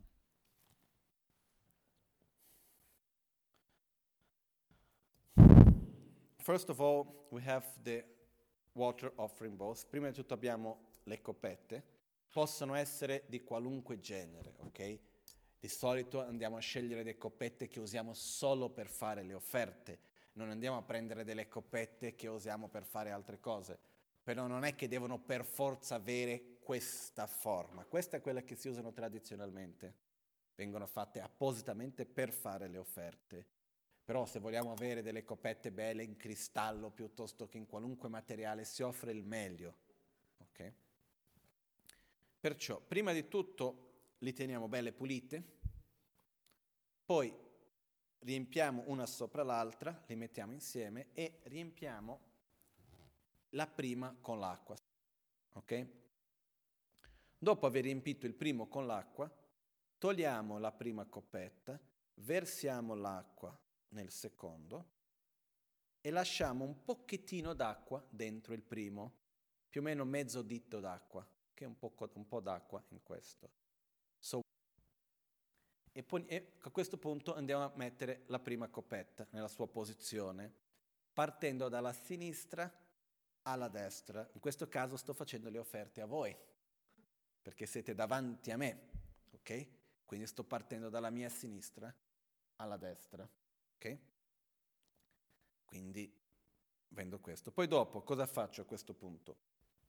First of all, we have the water offering bowls. Prima di tutto abbiamo le coppette. Possono essere di qualunque genere, ok? Di solito andiamo a scegliere delle coppette che usiamo solo per fare le offerte. Non andiamo a prendere delle coppette che usiamo per fare altre cose. Però non è che devono per forza avere questa forma. Questa è quella che si usano tradizionalmente. Vengono fatte appositamente per fare le offerte. Però se vogliamo avere delle coppette belle in cristallo piuttosto che in qualunque materiale, si offre il meglio. Ok? Perciò, prima di tutto, li teniamo belle pulite, poi riempiamo una sopra l'altra, li mettiamo insieme e riempiamo la prima con l'acqua. Ok? Dopo aver riempito il primo con l'acqua, togliamo la prima coppetta, versiamo l'acqua nel secondo e lasciamo un pochettino d'acqua dentro il primo, più o meno mezzo dito d'acqua, che è un po', un po' d'acqua in questo. So, e, poi, e a questo punto andiamo a mettere la prima coppetta nella sua posizione, partendo dalla sinistra alla destra. In questo caso sto facendo le offerte a voi, perché siete davanti a me, ok? Quindi sto partendo dalla mia sinistra alla destra, ok? Quindi vendo questo. Poi dopo cosa faccio a questo punto?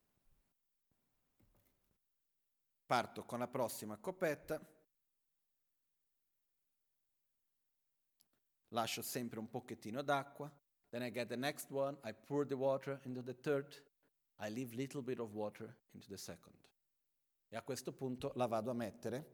Parto con la prossima coppetta, lascio sempre un pochettino d'acqua, then I get the next one, I pour the water into the third, I leave little bit of water into the second. E a questo punto la vado a mettere,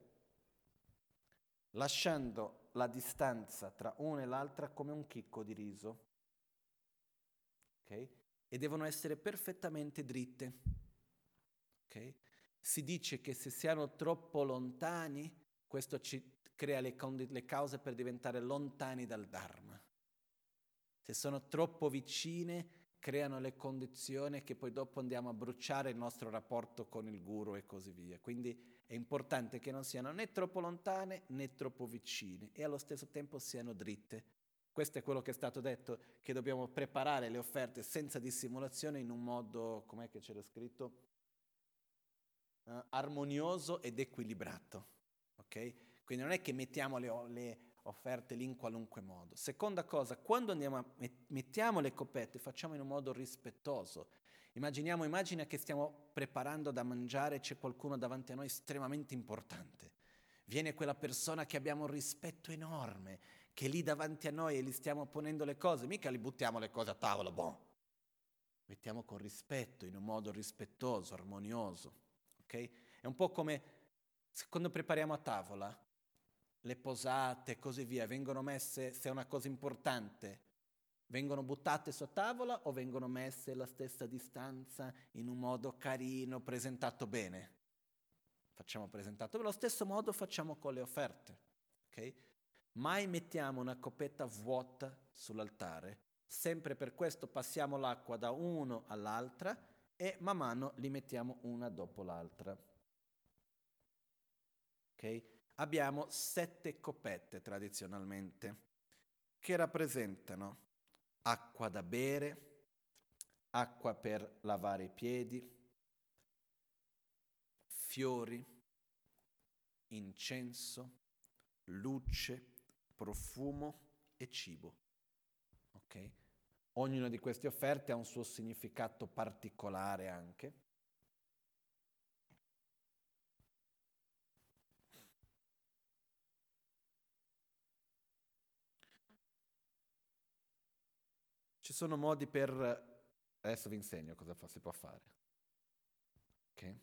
lasciando la distanza tra una e l'altra come un chicco di riso. Okay? E devono essere perfettamente dritte. Okay? Si dice che se siano troppo lontani, questo ci crea le, condi- le cause per diventare lontani dal Dharma. Se sono troppo vicine, creano le condizioni che poi dopo andiamo a bruciare il nostro rapporto con il guru e così via. Quindi è importante che non siano né troppo lontane né troppo vicine e allo stesso tempo siano dritte. Questo è quello che è stato detto, che dobbiamo preparare le offerte senza dissimulazione in un modo, com'è che c'era scritto? Uh, armonioso ed equilibrato. Ok? Quindi non è che mettiamo le, le offerte lì in qualunque modo. Seconda cosa, quando andiamo a mettiamo le coppette, facciamo in un modo rispettoso. Immaginiamo, immagina che stiamo preparando da mangiare, c'è qualcuno davanti a noi estremamente importante. Viene quella persona che abbiamo un rispetto enorme, che è lì davanti a noi e gli stiamo ponendo le cose, mica li buttiamo le cose a tavola, boh. Mettiamo con rispetto, in un modo rispettoso, armonioso. Okay? È un po' come quando prepariamo a tavola, le posate e così via, vengono messe, se è una cosa importante, vengono buttate su tavola o vengono messe alla stessa distanza in un modo carino, presentato bene? Facciamo presentato bene, allo stesso modo facciamo con le offerte. Okay? Mai mettiamo una coppetta vuota sull'altare, sempre per questo passiamo l'acqua da uno all'altra e man mano li mettiamo una dopo l'altra. Ok? Abbiamo sette coppette tradizionalmente che rappresentano acqua da bere, acqua per lavare i piedi, fiori, incenso, luce, profumo e cibo. Ok? Ognuna di queste offerte ha un suo significato particolare anche. Ci sono modi per... Adesso vi insegno cosa si può fare. Ok?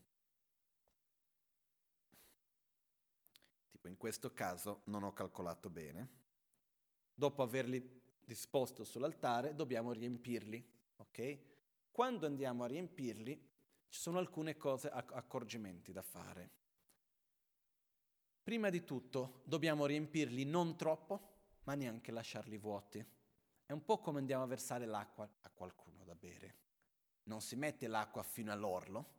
Tipo in questo caso non ho calcolato bene. Dopo averli disposto sull'altare dobbiamo riempirli. Ok? Quando andiamo a riempirli ci sono alcune cose, accorgimenti da fare. Prima di tutto dobbiamo riempirli non troppo, ma neanche lasciarli vuoti. È un po' come andiamo a versare l'acqua a qualcuno da bere. Non si mette l'acqua fino all'orlo,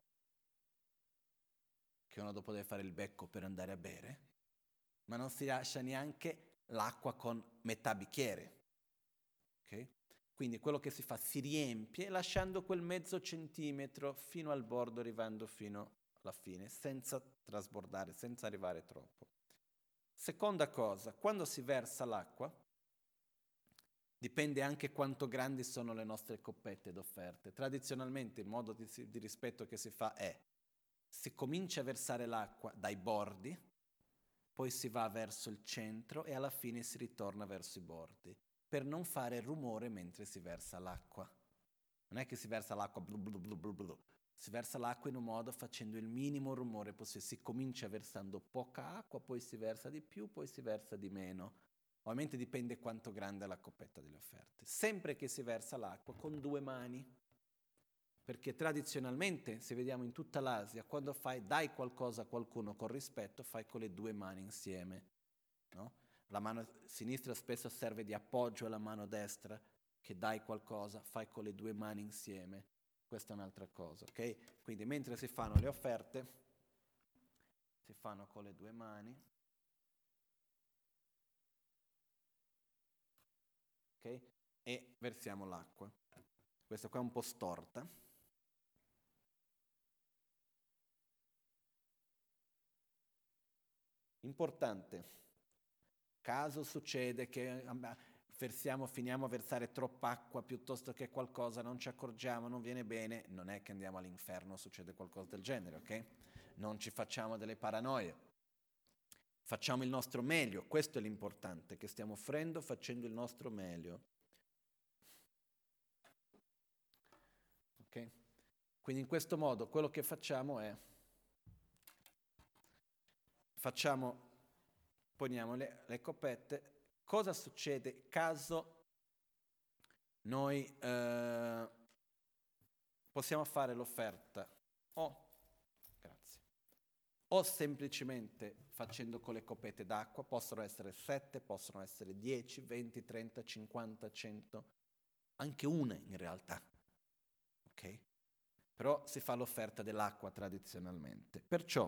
che uno dopo deve fare il becco per andare a bere, ma non si lascia neanche l'acqua con metà bicchiere. Okay? Quindi quello che si fa, si riempie lasciando quel mezzo centimetro fino al bordo, arrivando fino alla fine, senza trasbordare, senza arrivare troppo. Seconda cosa, quando si versa l'acqua, dipende anche quanto grandi sono le nostre coppette d'offerte. Tradizionalmente il modo di, di rispetto che si fa è, si comincia a versare l'acqua dai bordi, poi si va verso il centro e alla fine si ritorna verso i bordi, per non fare rumore mentre si versa l'acqua. Non è che si versa l'acqua blu blu blu blu blu, si versa l'acqua in un modo facendo il minimo rumore possibile. Si comincia versando poca acqua, poi si versa di più, poi si versa di meno. Ovviamente dipende quanto grande è la coppetta delle offerte. Sempre che si versa l'acqua con due mani, perché tradizionalmente, se vediamo in tutta l'Asia, quando fai, dai qualcosa a qualcuno con rispetto, fai con le due mani insieme. No? La mano sinistra spesso serve di appoggio alla mano destra, che dai qualcosa, fai con le due mani insieme. Questa è un'altra cosa, ok? Quindi mentre si fanno le offerte, si fanno con le due mani. Ok? E versiamo l'acqua. Questa qua è un po' storta. Importante, caso succede che versiamo, finiamo a versare troppa acqua piuttosto che qualcosa, non ci accorgiamo, non viene bene, non è che andiamo all'inferno, succede qualcosa del genere, ok? Non ci facciamo delle paranoie. Facciamo il nostro meglio, questo è l'importante, che stiamo offrendo facendo il nostro meglio. Ok? Quindi in questo modo quello che facciamo è, facciamo, poniamo le, le coppette, cosa succede caso noi eh, possiamo fare l'offerta o, grazie, o semplicemente facendo con le coppette d'acqua, possono essere sette, possono essere dieci, venti, trenta, cinquanta, cento, anche una in realtà. però si fa l'offerta dell'acqua tradizionalmente. Perciò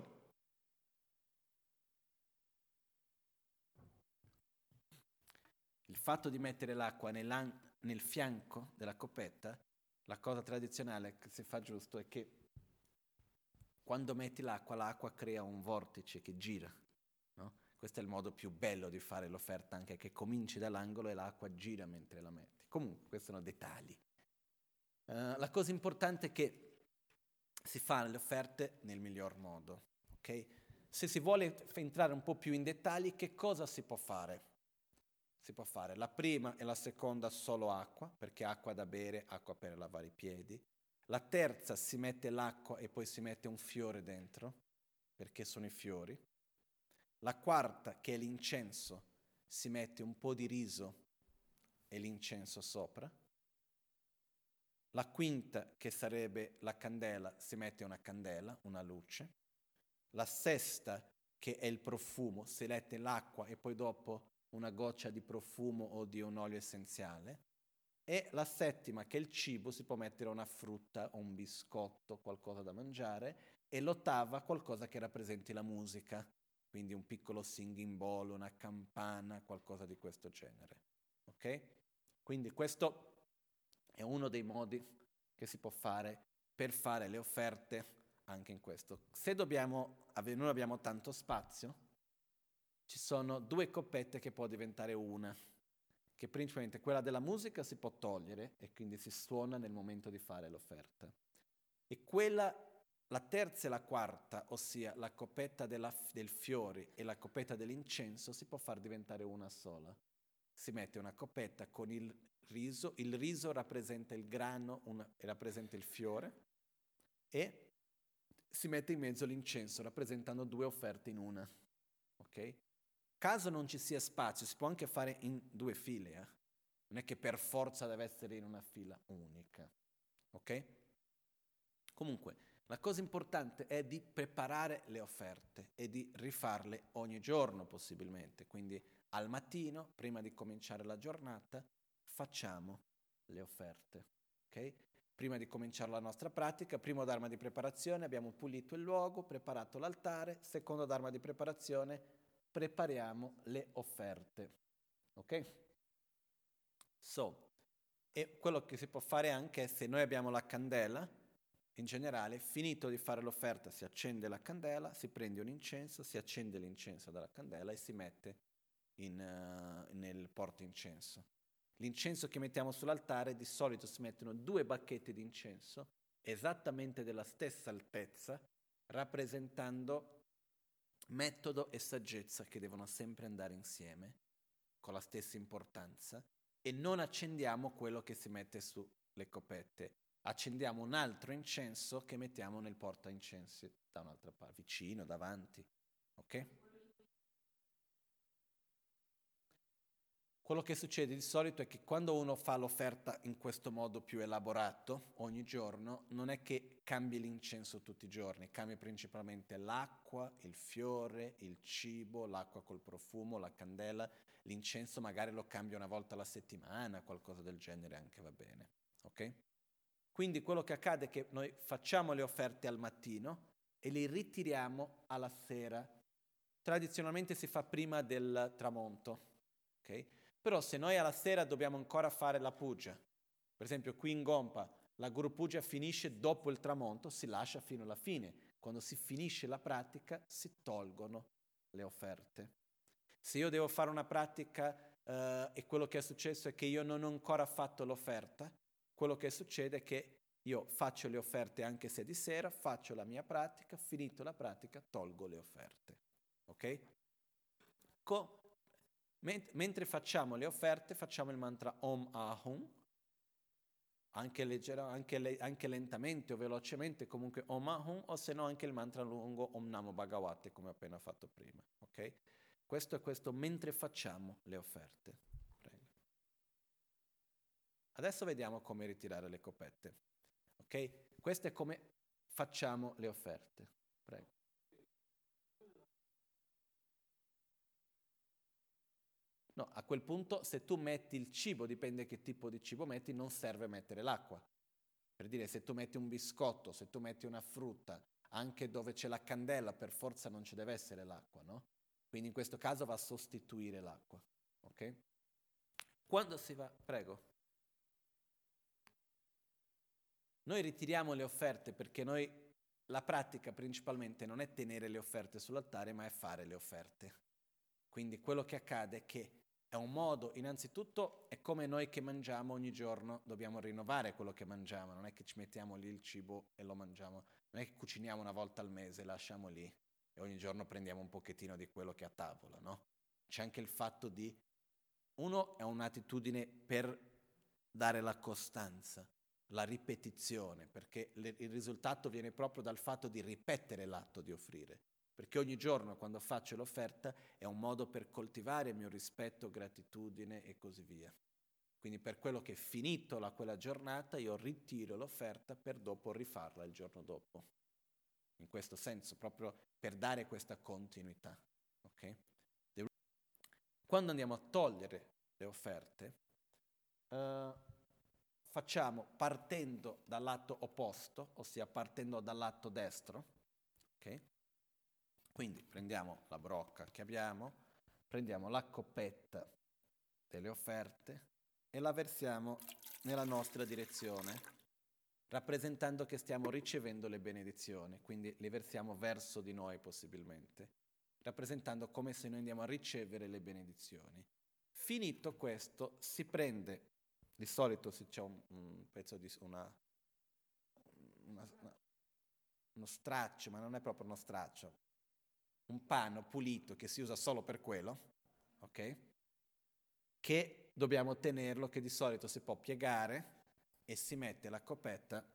il fatto di mettere l'acqua nel fianco della coppetta, la cosa tradizionale che si fa giusto è che quando metti l'acqua, l'acqua crea un vortice che gira, no? Questo è il modo più bello di fare l'offerta, anche che cominci dall'angolo e l'acqua gira mentre la metti. Comunque, questi sono dettagli. Uh, la cosa importante è che si fanno le offerte nel miglior modo, ok? Se si vuole entrare un po' più in dettagli, che cosa si può fare? Si può fare la prima e la seconda solo acqua, perché acqua da bere, acqua per lavare i piedi. La terza si mette l'acqua e poi si mette un fiore dentro, perché sono i fiori. La quarta, che è l'incenso, si mette un po' di riso e l'incenso sopra. La quinta, che sarebbe la candela, si mette una candela, una luce. La sesta, che è il profumo, si mette l'acqua e poi dopo una goccia di profumo o di un olio essenziale. E la settima, che è il cibo, si può mettere una frutta o un biscotto, qualcosa da mangiare. E l'ottava, qualcosa che rappresenti la musica, quindi un piccolo singing bowl, una campana, qualcosa di questo genere. Ok? Quindi questo è uno dei modi che si può fare per fare le offerte anche in questo. Se dobbiamo, noi abbiamo tanto spazio, ci sono due coppette che può diventare una, che principalmente quella della musica si può togliere e quindi si suona nel momento di fare l'offerta. E quella, la terza e la quarta, ossia la coppetta della, del fiore e la coppetta dell'incenso, si può far diventare una sola. Si mette una coppetta con il riso, il riso rappresenta il grano, una, rappresenta il fiore, e si mette in mezzo l'incenso, rappresentando due offerte in una. Ok? Caso non ci sia spazio, si può anche fare in due file, eh? Non è che per forza deve essere in una fila unica. Ok? Comunque, la cosa importante è di preparare le offerte e di rifarle ogni giorno possibilmente, quindi al mattino, prima di cominciare la giornata, facciamo le offerte, ok? Prima di cominciare la nostra pratica, primo d'arma di preparazione, abbiamo pulito il luogo, preparato l'altare, secondo d'arma di preparazione, prepariamo le offerte, ok? So, e quello che si può fare anche è, se noi abbiamo la candela, in generale, finito di fare l'offerta, si accende la candela, si prende un incenso, si accende l'incenso dalla candela e si mette in, uh, nel portaincenso. L'incenso che mettiamo sull'altare, di solito si mettono due bacchette di incenso, esattamente della stessa altezza, rappresentando metodo e saggezza che devono sempre andare insieme, con la stessa importanza, e non accendiamo quello che si mette sulle coppette. Accendiamo un altro incenso che mettiamo nel portaincensi da un'altra parte, vicino, davanti, ok? Quello che succede di solito è che quando uno fa l'offerta in questo modo più elaborato, ogni giorno, non è che cambi l'incenso tutti i giorni, cambia principalmente l'acqua, il fiore, il cibo, l'acqua col profumo, la candela, l'incenso magari lo cambia una volta alla settimana, qualcosa del genere anche va bene, ok? Quindi quello che accade è che noi facciamo le offerte al mattino e le ritiriamo alla sera. Tradizionalmente si fa prima del tramonto, ok? Però se noi alla sera dobbiamo ancora fare la puja, per esempio qui in Gompa la Guru Puja finisce dopo il tramonto, si lascia fino alla fine. Quando si finisce la pratica si tolgono le offerte. Se io devo fare una pratica uh, e quello che è successo è che io non ho ancora fatto l'offerta, quello che succede è che io faccio le offerte anche se di sera, faccio la mia pratica, finito la pratica, tolgo le offerte. Ok? Co- ment- mentre facciamo le offerte, facciamo il mantra Om Ahum, anche, leggero, anche, le- anche lentamente o velocemente, comunque Om Ahum, o se no anche il mantra lungo Om Namo Bhagavate, come ho appena fatto prima. Ok? Questo è questo mentre facciamo le offerte. Prego. Adesso vediamo come ritirare le coppette. Ok? Questo è come facciamo le offerte. Prego. No, a quel punto se tu metti il cibo, dipende che tipo di cibo metti, non serve mettere l'acqua. Per dire, se tu metti un biscotto, se tu metti una frutta, anche dove c'è la candela, per forza non ci deve essere l'acqua, no? Quindi in questo caso va a sostituire l'acqua, ok? Quando si va, prego. Noi ritiriamo le offerte perché noi, la pratica principalmente non è tenere le offerte sull'altare, ma è fare le offerte. Quindi quello che accade è che è un modo, innanzitutto, è come noi che mangiamo ogni giorno, dobbiamo rinnovare quello che mangiamo, non è che ci mettiamo lì il cibo e lo mangiamo, non è che cuciniamo una volta al mese, lasciamo lì e ogni giorno prendiamo un pochettino di quello che è a tavola, no? C'è anche il fatto di, uno è un'attitudine per dare la costanza, la ripetizione, perché le, il risultato viene proprio dal fatto di ripetere l'atto di offrire, perché ogni giorno quando faccio l'offerta è un modo per coltivare il mio rispetto, gratitudine e così via. Quindi per quello che è finito la, quella giornata io ritiro l'offerta per dopo rifarla il giorno dopo. In questo senso, proprio per dare questa continuità. Okay? Quando andiamo a togliere le offerte, eh, facciamo partendo dal lato opposto, ossia partendo dal lato destro, ok? Quindi prendiamo la brocca che abbiamo, prendiamo la coppetta delle offerte e la versiamo nella nostra direzione, rappresentando che stiamo ricevendo le benedizioni, quindi le versiamo verso di noi possibilmente, rappresentando come se noi andiamo a ricevere le benedizioni. Finito questo, si prende, di solito se c'è un, un pezzo di una, una, una, uno straccio, ma non è proprio uno straccio, un panno pulito che si usa solo per quello, ok? Che dobbiamo tenerlo, che di solito si può piegare e si mette la coppetta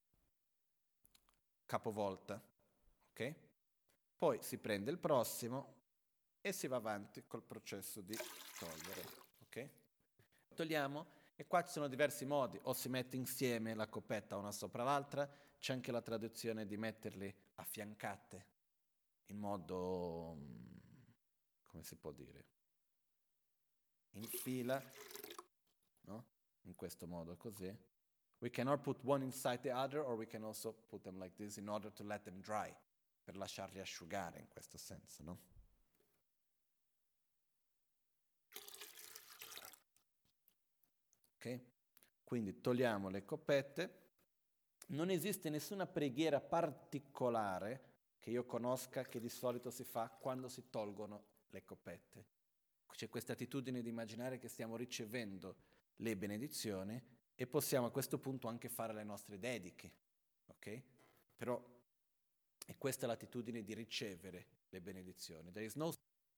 capovolta, ok? Poi si prende il prossimo e si va avanti col processo di togliere, ok? Togliamo e qua ci sono diversi modi, o si mette insieme la coppetta una sopra l'altra, c'è anche la traduzione di metterli affiancate in modo, come si può dire, in fila, no? In questo modo così. We can all put one inside the other or we can also put them like this in order to let them dry, per lasciarli asciugare in questo senso, no? Ok? Quindi togliamo le coppette. Non esiste nessuna preghiera particolare che io conosca che di solito si fa quando si tolgono le coppette. C'è questa attitudine di immaginare che stiamo ricevendo le benedizioni e possiamo a questo punto anche fare le nostre dediche, ok? Però è questa l'attitudine di ricevere le benedizioni. There is no...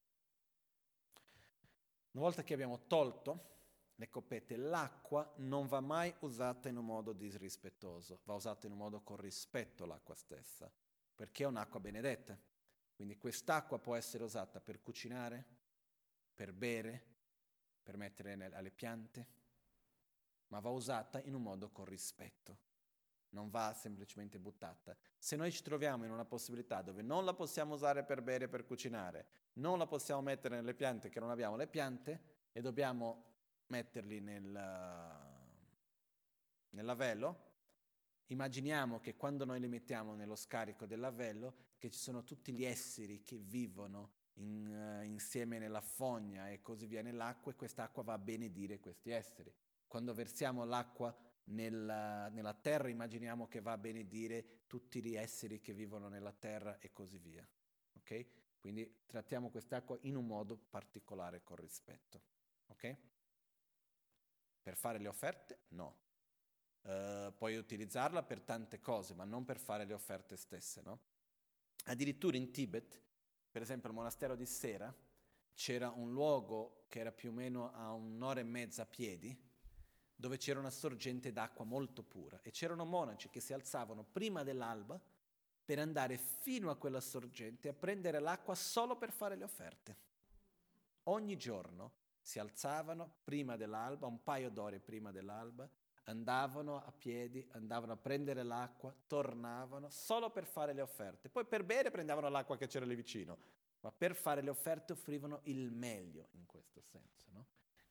Una volta che abbiamo tolto le coppette, l'acqua non va mai usata in un modo disrispettoso, va usata in un modo con rispetto all'acqua stessa, perché è un'acqua benedetta. Quindi quest'acqua può essere usata per cucinare, per bere, per mettere nel, alle piante, ma va usata in un modo con rispetto, non va semplicemente buttata. Se noi ci troviamo in una possibilità dove non la possiamo usare per bere, per cucinare, non la possiamo mettere nelle piante che non abbiamo le piante e dobbiamo metterli nel, nell'avello, immaginiamo che quando noi li mettiamo nello scarico dell'avello, che ci sono tutti gli esseri che vivono in, uh, insieme nella fogna e così via nell'acqua, e quest'acqua va a benedire questi esseri. Quando versiamo l'acqua nella, nella terra, immaginiamo che va a benedire tutti gli esseri che vivono nella terra e così via. Ok? Quindi trattiamo quest'acqua in un modo particolare con rispetto. Ok? Per fare le offerte? No. Uh, puoi utilizzarla per tante cose, ma non per fare le offerte stesse, no? Addirittura in Tibet, per esempio al monastero di Sera, c'era un luogo che era più o meno a un'ora e mezza a piedi, dove c'era una sorgente d'acqua molto pura e c'erano monaci che si alzavano prima dell'alba per andare fino a quella sorgente a prendere l'acqua solo per fare le offerte. Ogni giorno si alzavano prima dell'alba, un paio d'ore prima dell'alba, andavano a piedi, andavano a prendere l'acqua, tornavano solo per fare le offerte. Poi per bere prendevano l'acqua che c'era lì vicino, ma per fare le offerte offrivano il meglio in questo senso, no?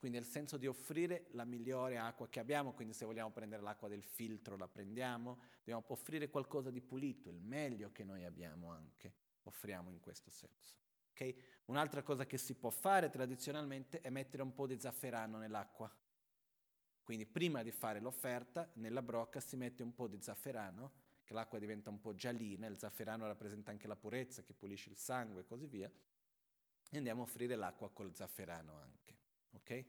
Quindi è il senso di offrire la migliore acqua che abbiamo, quindi se vogliamo prendere l'acqua del filtro la prendiamo, dobbiamo offrire qualcosa di pulito, il meglio che noi abbiamo anche, offriamo in questo senso. Okay? Un'altra cosa che si può fare tradizionalmente è mettere un po' di zafferano nell'acqua. Quindi prima di fare l'offerta, nella brocca si mette un po' di zafferano, che l'acqua diventa un po' giallina, il zafferano rappresenta anche la purezza, che pulisce il sangue e così via, e andiamo a offrire l'acqua col zafferano anche. Ok?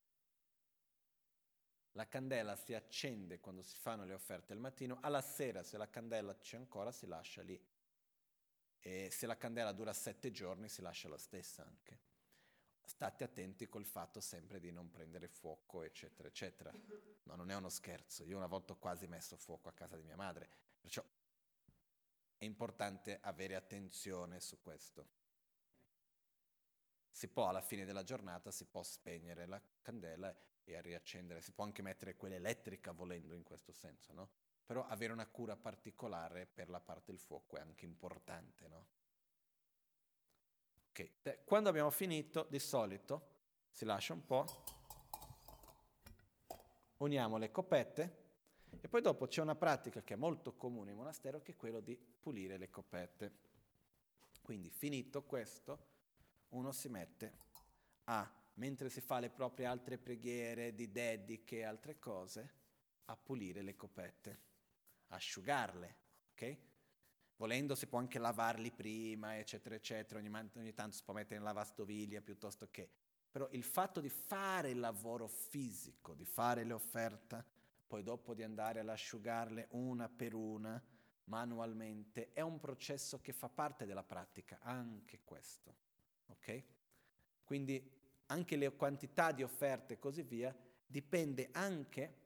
La candela si accende quando si fanno le offerte al mattino, alla sera se la candela c'è ancora si lascia lì, e se la candela dura sette giorni si lascia la stessa anche. State attenti col fatto sempre di non prendere fuoco, eccetera, eccetera. No, non è uno scherzo, io una volta ho quasi messo fuoco a casa di mia madre, perciò è importante avere attenzione su questo. Si può, alla fine della giornata, si può spegnere la candela e riaccendere, si può anche mettere quella elettrica volendo in questo senso, no? Però avere una cura particolare per la parte del fuoco è anche importante, no? Ok, quando abbiamo finito, di solito si lascia un po', uniamo le coppette e poi dopo c'è una pratica che è molto comune in monastero che è quello di pulire le coppette. Quindi finito questo, uno si mette a, mentre si fa le proprie altre preghiere di dediche e altre cose, a pulire le coppette, asciugarle, ok? Volendo si può anche lavarli prima, eccetera, eccetera, ogni, man- ogni tanto si può mettere in lavastoviglie piuttosto che... Però il fatto di fare il lavoro fisico, di fare le offerte, poi dopo di andare ad asciugarle una per una, manualmente, è un processo che fa parte della pratica, anche questo, ok? Quindi anche le quantità di offerte e così via dipende anche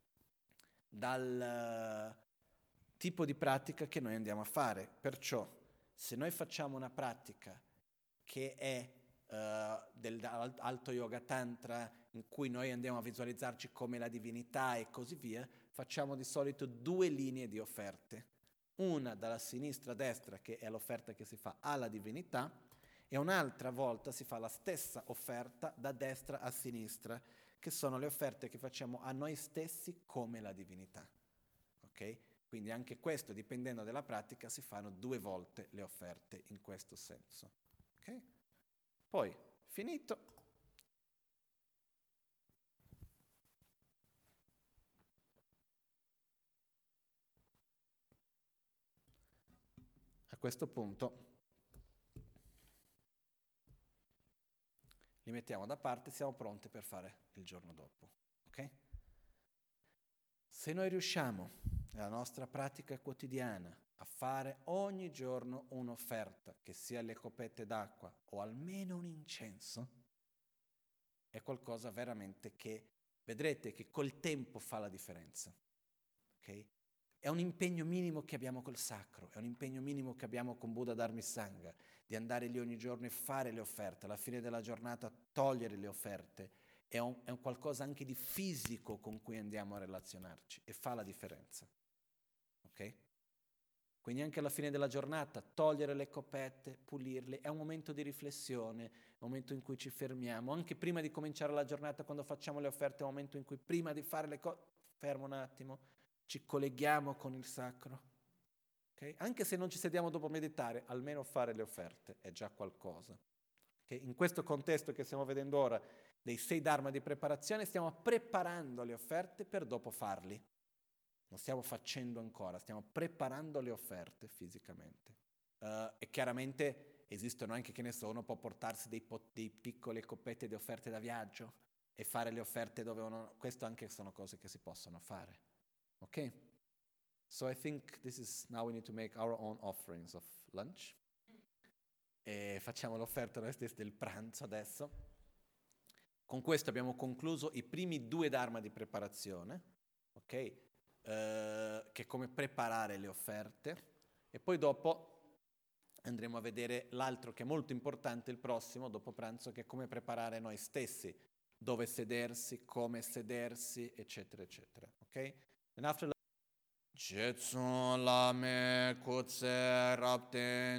dal tipo di pratica che noi andiamo a fare. Perciò, se noi facciamo una pratica che è uh, dell'alto yoga tantra, in cui noi andiamo a visualizzarci come la divinità e così via, facciamo di solito due linee di offerte. Una dalla sinistra a destra, che è l'offerta che si fa alla divinità, e un'altra volta si fa la stessa offerta da destra a sinistra, che sono le offerte che facciamo a noi stessi come la divinità. Ok? Quindi anche questo, dipendendo dalla pratica, si fanno due volte le offerte in questo senso. Ok? Poi, finito, a questo punto li mettiamo da parte, siamo pronti per fare il giorno dopo. Ok? Se noi riusciamo nella nostra pratica quotidiana a fare ogni giorno un'offerta, che sia le coppette d'acqua o almeno un incenso, è qualcosa veramente che vedrete che col tempo fa la differenza. Okay? È un impegno minimo che abbiamo col sacro, è un impegno minimo che abbiamo con Buddha Dharma Sangha, di andare lì ogni giorno e fare le offerte, alla fine della giornata togliere le offerte, è un, è un qualcosa anche di fisico con cui andiamo a relazionarci e fa la differenza. Ok? Quindi anche alla fine della giornata togliere le coppette, pulirle, è un momento di riflessione, è un momento in cui ci fermiamo, anche prima di cominciare la giornata quando facciamo le offerte, è un momento in cui prima di fare le cose, fermo un attimo, ci colleghiamo con il sacro. Okay? Anche se non ci sediamo dopo meditare, almeno fare le offerte è già qualcosa. Okay? In questo contesto che stiamo vedendo ora, dei sei dharma di preparazione, stiamo preparando le offerte per dopo farli. Non stiamo facendo ancora, stiamo preparando le offerte fisicamente. Uh, e chiaramente esistono anche, che ne so, uno può portarsi dei, pot- dei piccole coppette di offerte da viaggio e fare le offerte dove uno... Questo anche sono cose che si possono fare. Ok? So I think this is, now we need to make our own offerings of lunch. E facciamo l'offerta noi stessi del pranzo adesso. Con questo abbiamo concluso i primi due dharma di preparazione, ok? Uh, che è come preparare le offerte, e poi dopo andremo a vedere l'altro che è molto importante, il prossimo, dopo pranzo, che è come preparare noi stessi, dove sedersi, come sedersi, eccetera, eccetera, ok? And after Jetsun lame kutse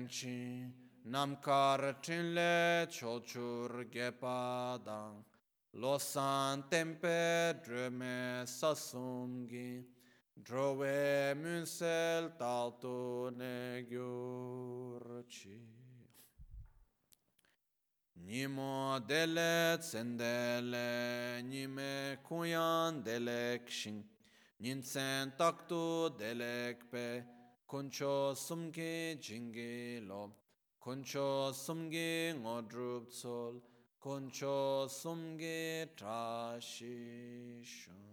raptenchi namkar chinle chochur gepadang lo san tempe drume sasumgi, drove munsel talto ne gyurci. Nimo dele tsendele, nime kuyan delek shin, ninsen taktu delek pe, koncho sumgi jingi lo, koncho sumgi ngodrup tsol, koncho sumgi trashisho.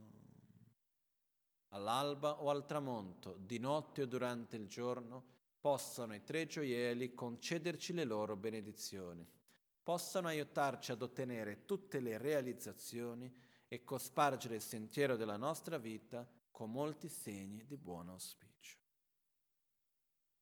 All'alba o al tramonto, di notte o durante il giorno, possano i tre gioielli concederci le loro benedizioni, possano aiutarci ad ottenere tutte le realizzazioni e cospargere il sentiero della nostra vita con molti segni di buon auspicio.